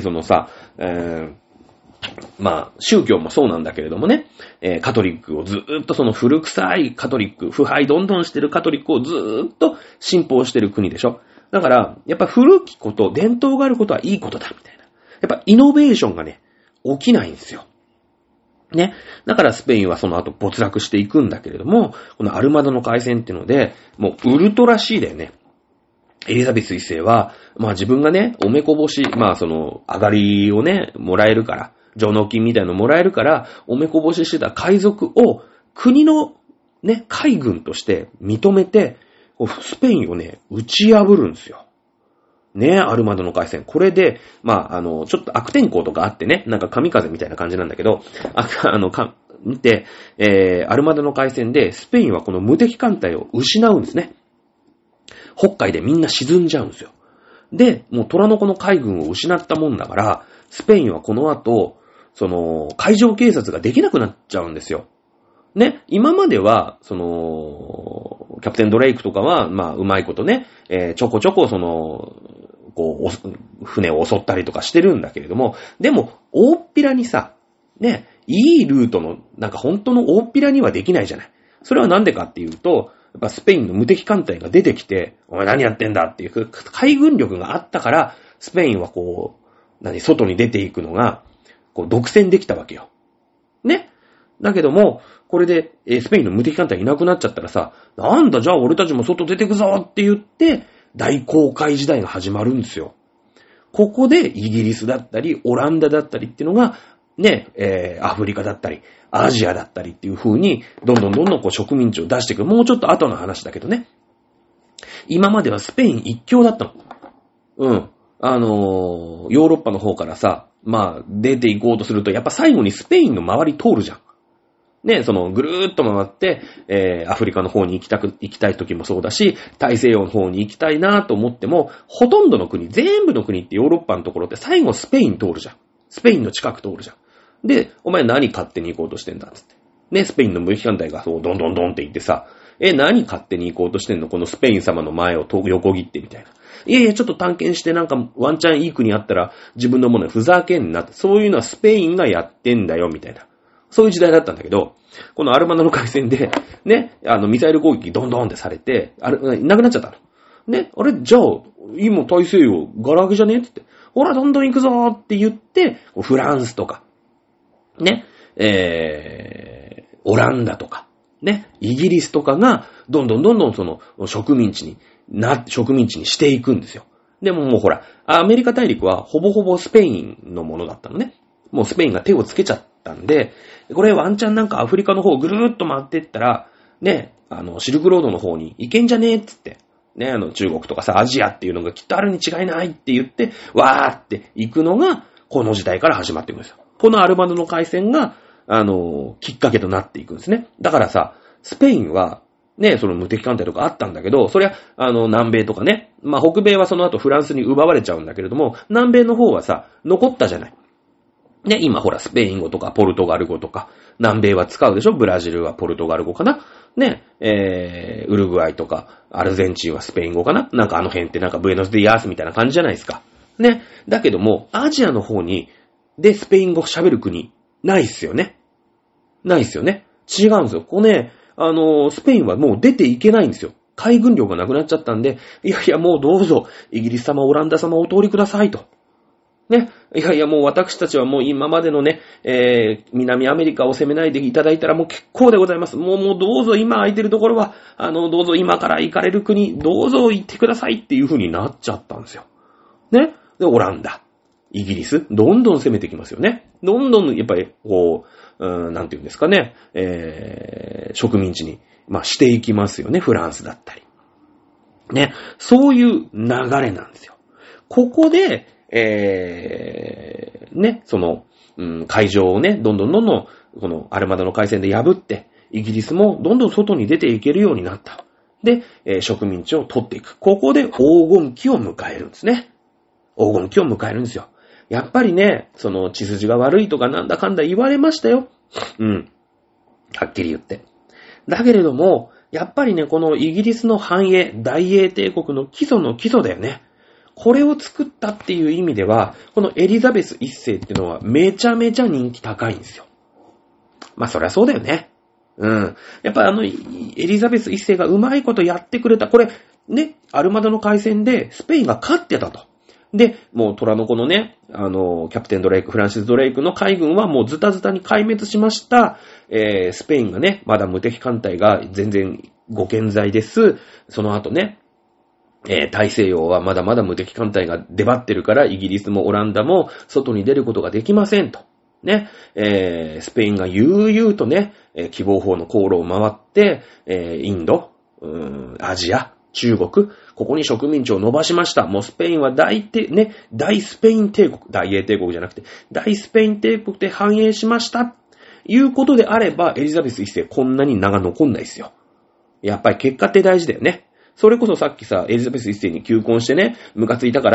まあ、宗教もそうなんだけれどもね、カトリックをずーっと古臭いカトリック、腐敗どんどんしてるカトリックをずーっと信奉してる国でしょ。だから、やっぱ古きこと、伝統があることはいいことだ、みたいな。やっぱイノベーションがね、起きないんですよ。ね。だからスペインはその後没落していくんだけれども、このアルマダの海戦っていうので、もうウルトラ C だよね。エリザベス一世は、まあ自分がね、おめこぼし、まあ上がりをね、もらえるから、上納金みたいなのもらえるから、おめこぼししてた海賊を国のね、海軍として認めて、スペインをね、打ち破るんですよ。ね、アルマダの海戦。これで、まあ、ちょっと悪天候とかあってね、なんか神風みたいな感じなんだけど、見て、アルマダの海戦で、スペインはこの無敵艦隊を失うんですね。北海でみんな沈んじゃうんですよ。で、もう虎の子の海軍を失ったもんだから、スペインはこの後、海上警察ができなくなっちゃうんですよ。ね、今までは、キャプテンドレイクとかは、まあ、うまいことね、ちょこちょこ船を襲ったりとかしてるんだけれども、でも、大っぴらにさ、ね、いいルートの、なんか本当の大っぴらにはできないじゃない。それはなんでかっていうと、やっぱスペインの無敵艦隊が出てきて、お前何やってんだっていう海軍力があったから、スペインは外に出ていくのが、独占できたわけよ。ね。だけども、これで、スペインの無敵艦隊いなくなっちゃったらさ、なんだじゃあ俺たちも外出てくぞって言って、大航海時代が始まるんですよ。ここでイギリスだったり、オランダだったりっていうのが、ね、アフリカだったり、アジアだったりっていう風に、どんどん植民地を出していく。もうちょっと後の話だけどね。今まではスペイン一強だったの。うん。ヨーロッパの方からさ、まあ、出ていこうとすると、やっぱ最後にスペインの周り通るじゃん。ね、ぐるーっと回って、アフリカの方に行きたい時もそうだし、大西洋の方に行きたいなと思っても、ほとんどの国、全部の国ってヨーロッパのところって最後スペイン通るじゃん。スペインの近く通るじゃん。で、お前何勝手に行こうとしてんだつって。ね、スペインの無敵艦隊がそう、どんどんって行ってさ、何勝手に行こうとしてんのこのスペイン様の前を横切ってみたいな。いやいや、ちょっと探検してなんかワンチャンいい国あったら自分のものふざけんなって、そういうのはスペインがやってんだよ、みたいな。そういう時代だったんだけど、このアルマダの海戦で、ね、ミサイル攻撃どんどんってされて、いなくなっちゃったの。ね、あれ、じゃあ、今大西洋、ガラ空きじゃねえって言って、ほら、どんどん行くぞーって言って、フランスとか、ね、オランダとか、ね、イギリスとかが、どんどん植民地にしていくんですよ。 でももうほら、アメリカ大陸はほぼほぼスペインのものだったのね。もうスペインが手をつけちゃったんで、これワンチャンなんかアフリカの方ぐるーっと回っていったら、ね、シルクロードの方に行けんじゃねえっつって。ね、中国とかさ、アジアっていうのがきっとあるに違いないって言って、わーって行くのが、この時代から始まっていくんですよ。このアルマドの海戦が、きっかけとなっていくんですね。だからさ、スペインは、ね、その無敵艦隊とかあったんだけど、そりゃ、南米とかね、まあ、北米はその後フランスに奪われちゃうんだけれども、南米の方はさ、残ったじゃない。ね、今ほら、スペイン語とかポルトガル語とか、南米は使うでしょ？ブラジルはポルトガル語かな？ね、ウルグアイとか、アルゼンチンはスペイン語かな？なんか辺ってなんかブエノスディアースみたいな感じじゃないですか。ね。だけども、アジアの方に、で、スペイン語喋る国、ないっすよね。ないっすよね。違うんですよ。ここね、スペインはもう出ていけないんですよ。海軍力がなくなっちゃったんで、いやいやもうどうぞ、イギリス様、オランダ様お通りくださいと。ね。いやいやもう私たちはもう今までのね、南アメリカを攻めないでいただいたらもう結構でございます。もうどうぞ今空いてるところは、どうぞ今から行かれる国、どうぞ行ってくださいっていう風になっちゃったんですよ。ね。で、オランダ、イギリス、どんどん攻めてきますよね。どんどん、やっぱり、こう、なんていうんですかね、植民地に、まあ、していきますよね。フランスだったり。ね。そういう流れなんですよ。ここで、ね、その、海上をね、どんどん、このアルマダの海戦で破って、イギリスもどんどん外に出ていけるようになった。で、植民地を取っていく。ここで黄金期を迎えるんですね。黄金期を迎えるんですよ。やっぱりね、その血筋が悪いとかなんだかんだ言われましたよ。はっきり言って。だけれども、やっぱりね、このイギリスの繁栄、大英帝国の基礎の基礎だよね。これを作ったっていう意味では、このエリザベス一世っていうのはめちゃめちゃ人気高いんですよ。まあそりゃそうだよね。やっぱエリザベス一世がうまいことやってくれた。これ、ね、アルマダの海戦でスペインが勝ってたと。で、もう虎の子のね、キャプテンドレイク、フランシス・ドレイクの海軍はもうズタズタに壊滅しました。スペインがね、まだ無敵艦隊が全然ご健在です。その後ね、大西洋はまだまだ無敵艦隊が出張ってるから、イギリスもオランダも外に出ることができませんと。ね、スペインが悠々とね、希望法の航路を回って、インド、アジア、中国、ここに植民地を伸ばしました。もうスペインは大スペイン帝国、大英帝国じゃなくて、大スペイン帝国で繁栄しました。いうことであれば、エリザベス一世こんなに名が残んないですよ。やっぱり結果って大事だよね。それこそさっきさ、エリザベス一世に求婚してね、ムカついたから、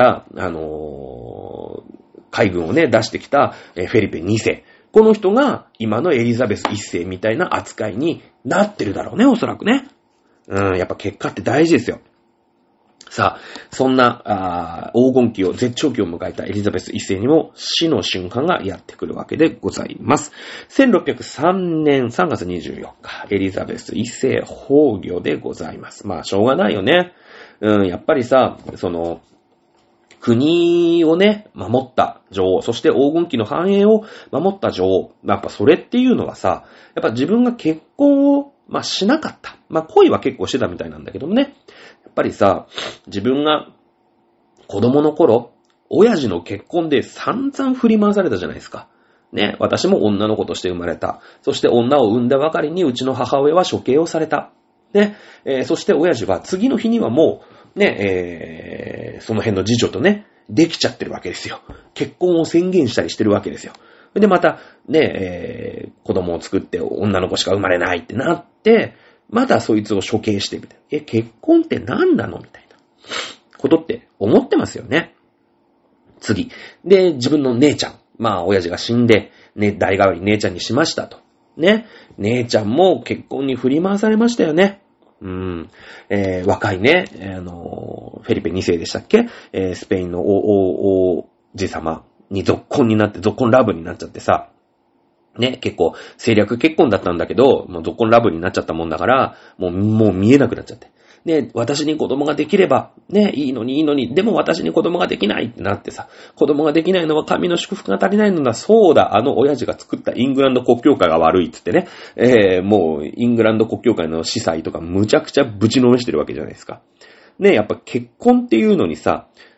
海軍をね、出してきた、フェリペ2世。この人が今のエリザベス一世みたいな扱いになってるだろうね、おそらくね。やっぱ結果って大事ですよ。さあ、そんな黄金期を、絶頂期を迎えたエリザベス一世にも死の瞬間がやってくるわけでございます。1603年3月24日、エリザベス一世崩御でございます。まあ、しょうがないよね。やっぱりさ、国をね、守った女王、そして黄金期の繁栄を守った女王。やっぱそれっていうのはさ、やっぱ自分が結婚を、しなかった。恋は結構してたみたいなんだけどもね。やっぱりさ、自分が子供の頃、親父の結婚で散々振り回されたじゃないですか。ね、私も女の子として生まれた。そして女を産んだばかりにうちの母親は処刑をされた。ね、そして親父は次の日にはもう、ね、その辺の次女とね、できちゃってるわけですよ。結婚を宣言したりしてるわけですよ。で、また、ね、子供を作って女の子しか生まれないってなって、まだそいつを処刑してみたいな。結婚って何なのみたいなことって思ってますよね。次。で、自分の姉ちゃん。親父が死んで、ね、代替わり姉ちゃんにしましたと。ね。姉ちゃんも結婚に振り回されましたよね。若いね、フェリペ2世でしたっけ？スペインの王子様に続婚になって、続婚ラブになっちゃってさ。ね、結構政略結婚だったんだけど、もう続婚ラブになっちゃったもんだから、もう見えなくなっちゃって。で、私に子供ができれば、ね、いいのに、でも私に子供ができないってなってさ、子供ができないのは神の祝福が足りないのだ、そうだ、親父が作ったイングランド国教会が悪いっつってね、もうイングランド国教会の司祭とかむちゃくちゃぶちのめしてるわけじゃないですか。ね、やっぱ結婚っていうのにさ、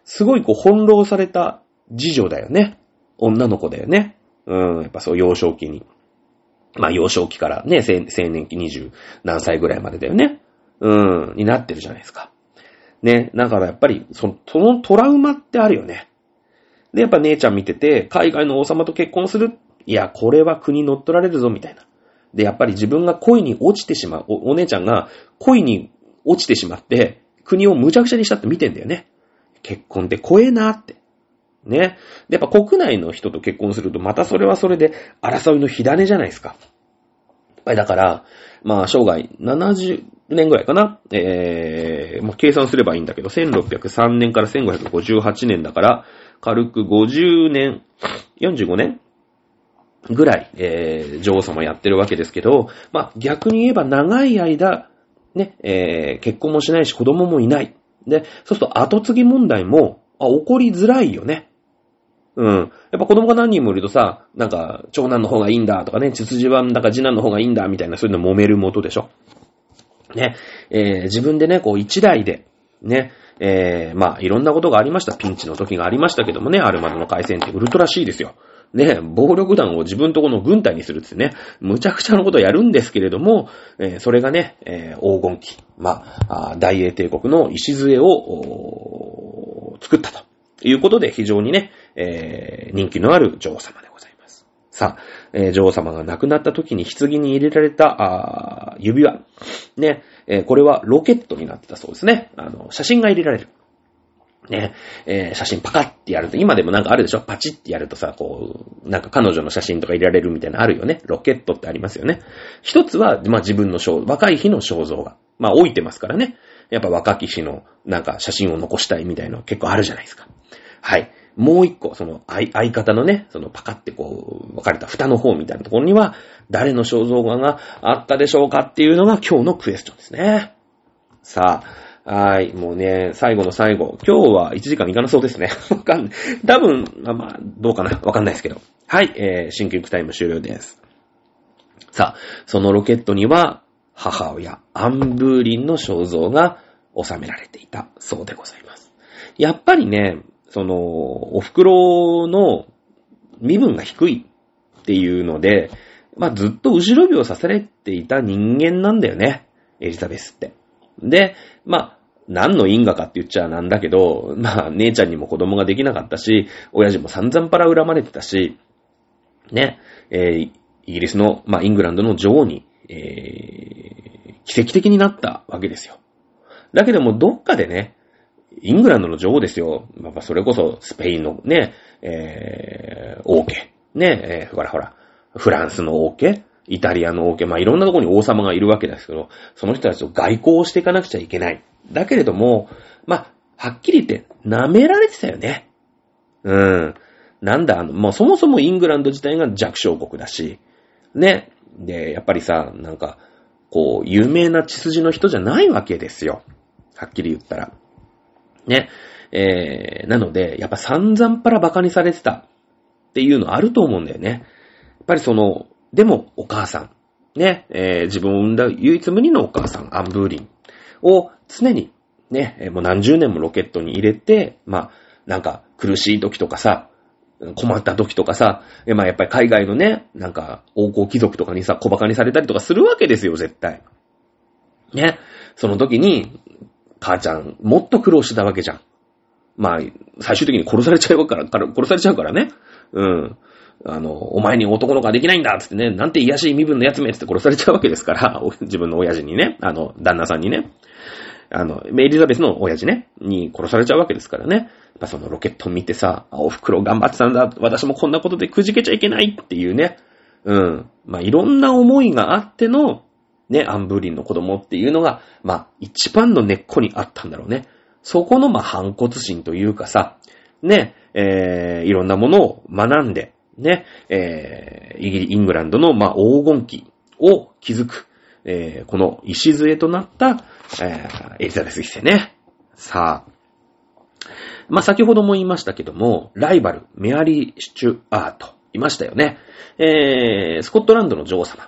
すごい翻弄された次女だよね。女の子だよね。やっぱそう幼少期に。幼少期からね、青年期20何歳ぐらいまでだよね。になってるじゃないですか。ね、だからやっぱり、そのトラウマってあるよね。で、やっぱ姉ちゃん見てて、海外の王様と結婚する。いや、これは国乗っ取られるぞ、みたいな。で、やっぱり自分が恋に落ちてしまう。お姉ちゃんが恋に落ちてしまって、国をむちゃくちゃにしたって見てんだよね。結婚って怖えなって。ね。で、やっぱ国内の人と結婚すると、またそれはそれで争いの火種じゃないですか。だから、生涯70年ぐらいかな。計算すればいいんだけど、1603年から1558年だから、軽く50年、45年ぐらい、女王様やってるわけですけど、逆に言えば長い間、ね、結婚もしないし子供もいない。で、そうすると後継ぎ問題も、起こりづらいよね。やっぱ子供が何人もいるとさ、なんか、長男の方がいいんだとかね、秩序版だか次男の方がいいんだみたいな、そういうの揉める元でしょ。ね、自分でね、こう一代で、ね、いろんなことがありました。ピンチの時がありましたけどもね、アルマドの海戦ってウルトラシーですよ。ね、暴力団を自分とこの軍隊にするってね、むちゃくちゃなことをやるんですけれども、それがね、黄金期、大英帝国の礎を作ったということで非常にね、人気のある女王様でございます。さあ、女王様が亡くなった時に棺に入れられた指輪、ね、これはロケットになってたそうですね。写真が入れられる。ね、写真パカッてやると、今でもなんかあるでしょ？パチッてやるとさ、こう、なんか彼女の写真とか入れられるみたいなのあるよね。ロケットってありますよね。一つは、自分の若い日の肖像画。置いてますからね。やっぱ若き日のなんか写真を残したいみたいなの結構あるじゃないですか。はい。もう一個、その相方のね、そのパカってこう、分かれた蓋の方みたいなところには、誰の肖像画があったでしょうかっていうのが今日のクエスチョンですね。さあ、はい、もうね、最後の最後。今日は1時間いかなそうですね。わかんない。多分、どうかなわかんないですけど。はい、新記録タイム終了です。さあ、そのロケットには、母親、アンブーリンの肖像が収められていたそうでございます。やっぱりね、お袋の身分が低いっていうので、ずっと後ろ指をさせられていた人間なんだよね。エリザベスって。で、何の因果かって言っちゃなんだけど、姉ちゃんにも子供ができなかったし、親父も散々パラ恨まれてたし、ね、イギリスの、イングランドの女王に、奇跡的になったわけですよ。だけども、どっかでね、イングランドの女王ですよ。それこそ、スペインのね、王家、ね、ほら、フランスの王家、イタリアの王家、いろんなところに王様がいるわけですけど、その人たちと外交をしていかなくちゃいけない。だけれども、はっきり言って、舐められてたよね。なんだ、そもそもイングランド自体が弱小国だし、ね。で、やっぱりさ、なんか、こう、有名な血筋の人じゃないわけですよ。はっきり言ったら。ね。なので、やっぱ散々パラバカにされてたっていうのあると思うんだよね。やっぱりでもお母さん、ね、自分を産んだ唯一無二のお母さん、アンブーリンを常に、ね、もう何十年もロケットに入れて、なんか苦しい時とかさ、困った時とかさ、やっぱり海外のね、なんか王侯貴族とかにさ、小馬鹿にされたりとかするわけですよ、絶対。ね、その時に、母ちゃん、もっと苦労してたわけじゃん。最終的に殺されちゃうからね。お前に男の子ができないんだつってね、なんて癒やしい身分のやつめつって殺されちゃうわけですから、自分の親父にね、旦那さんにね、エリザベスの親父ね、に殺されちゃうわけですからね。やっぱそのロケットを見てさ、お袋頑張ってたんだ、私もこんなことでくじけちゃいけないっていうね、いろんな思いがあっての、ね、アンブーリンの子供っていうのが、一番の根っこにあったんだろうね。そこの反骨心というかさ、ね、いろんなものを学んで、ね、イングランドの黄金期を築く、この礎となった、エリザベス一世ね。さあ、先ほども言いましたけども、ライバル、メアリー・スチュアート、いましたよね。スコットランドの女王様。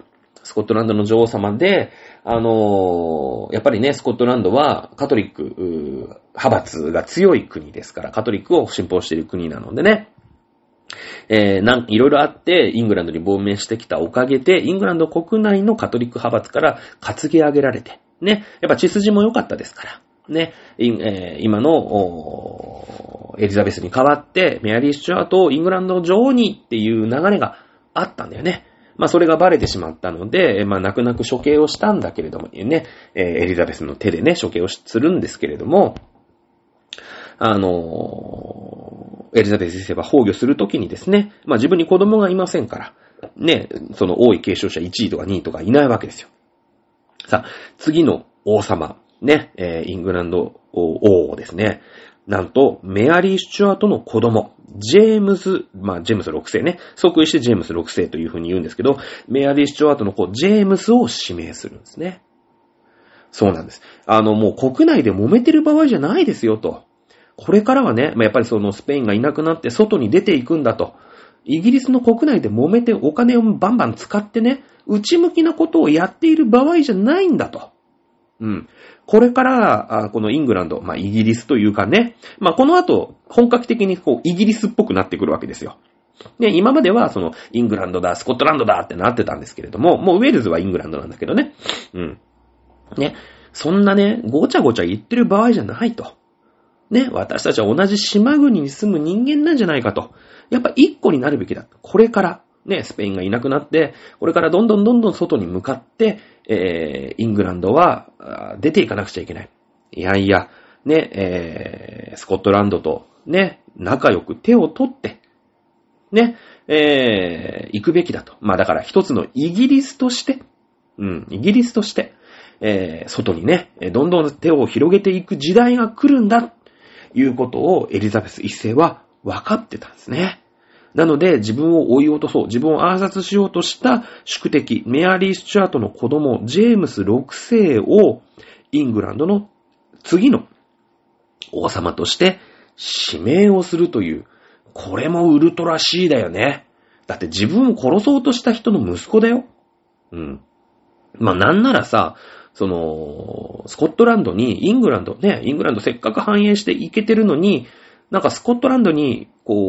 スコットランドの女王様で、やっぱりね、スコットランドはカトリック派閥が強い国ですから、カトリックを信奉している国なのでね、いろいろあって、イングランドに亡命してきたおかげで、イングランド国内のカトリック派閥から担ぎ上げられて、ね、やっぱ血筋も良かったですから、ね、今のエリザベスに代わって、メアリー・スチュアートをイングランド女王にっていう流れがあったんだよね。まあそれがバレてしまったので、まあ泣く泣く処刑をしたんだけれどもね、エリザベスの手でね、処刑をするんですけれども、エリザベス一世は崩御するときにですね、まあ自分に子供がいませんから、ね、その王位継承者1位とか2位とかいないわけですよ。さあ、次の王様、ね、イングランド王ですね。なんと、メアリー・スチュアートの子供、ジェームズ6世ね。即位してジェームズ6世というふうに言うんですけど、メアリー・スチュアートの子、ジェームスを指名するんですね。そうなんです。もう国内で揉めてる場合じゃないですよと。これからはね、やっぱりそのスペインがいなくなって外に出ていくんだと。イギリスの国内で揉めてお金をバンバン使ってね、内向きなことをやっている場合じゃないんだと。うん。これから、このイングランド、イギリスというかね、この後、本格的にイギリスっぽくなってくるわけですよ。で、今までは、イングランドだ、スコットランドだってなってたんですけれども、もうウェールズはイングランドなんだけどね。うん。ね、そんなね、ごちゃごちゃ言ってる場合じゃないと。ね、私たちは同じ島国に住む人間なんじゃないかと。やっぱ一個になるべきだ。これから、ね、スペインがいなくなって、これからどんどん外に向かって、イングランドは出ていかなくちゃいけない。いやいや、ね、スコットランドとね、仲良く手を取って、ね、行くべきだと。だから一つのイギリスとして、イギリスとして、外にね、どんどん手を広げていく時代が来るんだ、ということをエリザベス一世は分かってたんですね。なので、自分を追い落とそう、自分を暗殺しようとした宿敵、メアリー・スチュアートの子供、ジェームス6世を、イングランドの次の王様として指名をするという、これもウルトラ C だよね。だって自分を殺そうとした人の息子だよ。なんならさ、スコットランドに、イングランドせっかく繁栄していけてるのに、なんかスコットランドに、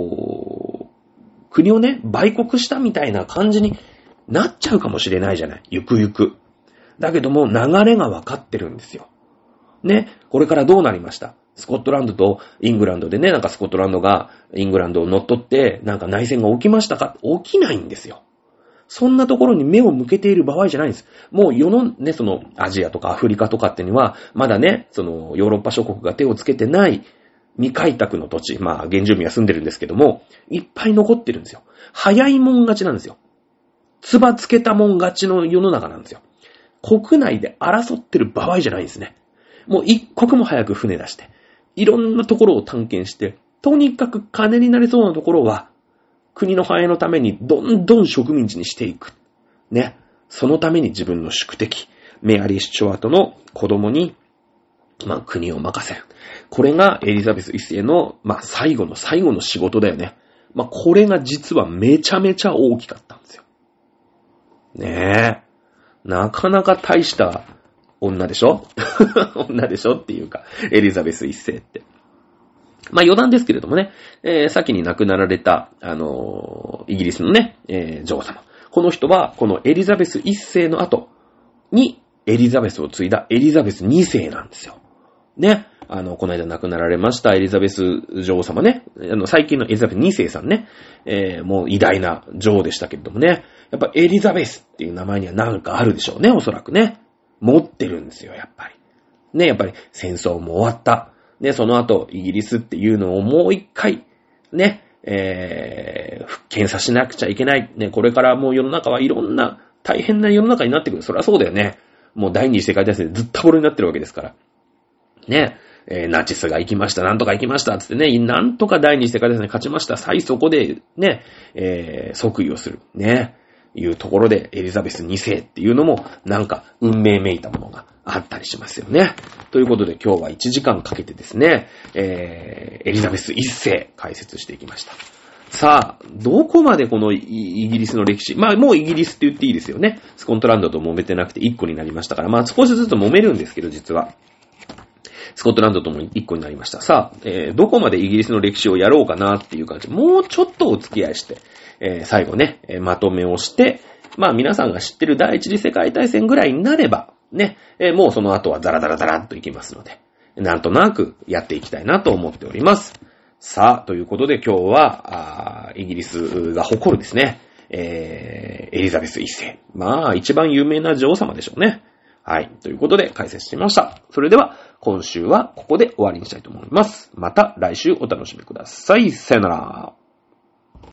国をね、売国したみたいな感じになっちゃうかもしれないじゃない。ゆくゆく。だけども、流れが分かってるんですよ。ね、これからどうなりました？スコットランドとイングランドでね、なんかスコットランドがイングランドを乗っ取って、なんか内戦が起きましたか？起きないんですよ。そんなところに目を向けている場合じゃないんです。もう世のね、アジアとかアフリカとかっていうのは、まだね、ヨーロッパ諸国が手をつけてない未開拓の土地、原住民は住んでるんですけども、いっぱい残ってるんですよ。早いもん勝ちなんですよ。つばつけたもん勝ちの世の中なんですよ。国内で争ってる場合じゃないんですね。もう一刻も早く船出して、いろんなところを探検して、とにかく金になりそうなところは、国の繁栄のためにどんどん植民地にしていく。ね。そのために自分の宿敵、メアリー・スチュワートの子供に、国を任せる。これがエリザベス一世の、最後の最後の仕事だよね。これが実はめちゃめちゃ大きかったんですよ。ねえ。なかなか大した女でしょ女でしょっていうか、エリザベス一世って。余談ですけれどもね、先に亡くなられた、イギリスのね、女王様。この人は、このエリザベス一世の後に、エリザベスを継いだエリザベス二世なんですよ。ね。この間亡くなられましたエリザベス女王様ね。最近のエリザベス二世さんね。もう偉大な女王でしたけれどもね。やっぱエリザベスっていう名前にはなんかあるでしょうね、おそらくね。持ってるんですよ、やっぱり。ね、やっぱり戦争も終わった。ね、その後、イギリスっていうのをもう一回、ね、復権さしなくちゃいけない。ね、これからもう世の中はいろんな大変な世の中になってくる。そりゃそうだよね。もう第二次世界大戦でずっとボロになってるわけですから。ね、ナチスが行きました、なんとか行きましたつってね、なんとか第二次世界大戦に勝ちました。そこでね、即位をする。ね、いうところでエリザベス2世っていうのもなんか運命めいたものがあったりしますよね。ということで今日は1時間かけてですね、エリザベス1世解説していきました。 さあ、どこまでこのイギリスの歴史、まあもうイギリスって言っていいですよね。スコットランドと揉めてなくて1個になりましたから、まあ少しずつ揉めるんですけど、実は。スコットランドとも1個になりました。さあ、どこまでイギリスの歴史をやろうかなっていう感じ。もうちょっとお付き合いして、最後ね、まとめをして、まあ皆さんが知ってる第一次世界大戦ぐらいになれば、ね、もうその後はザラザラザラっといきますので、なんとなくやっていきたいなと思っております。さあ、ということで今日は、イギリスが誇るですね、エリザベス一世。まあ、一番有名な女王様でしょうね。はい。ということで解説してみました。それでは、今週はここで終わりにしたいと思います。また来週お楽しみください。さよなら。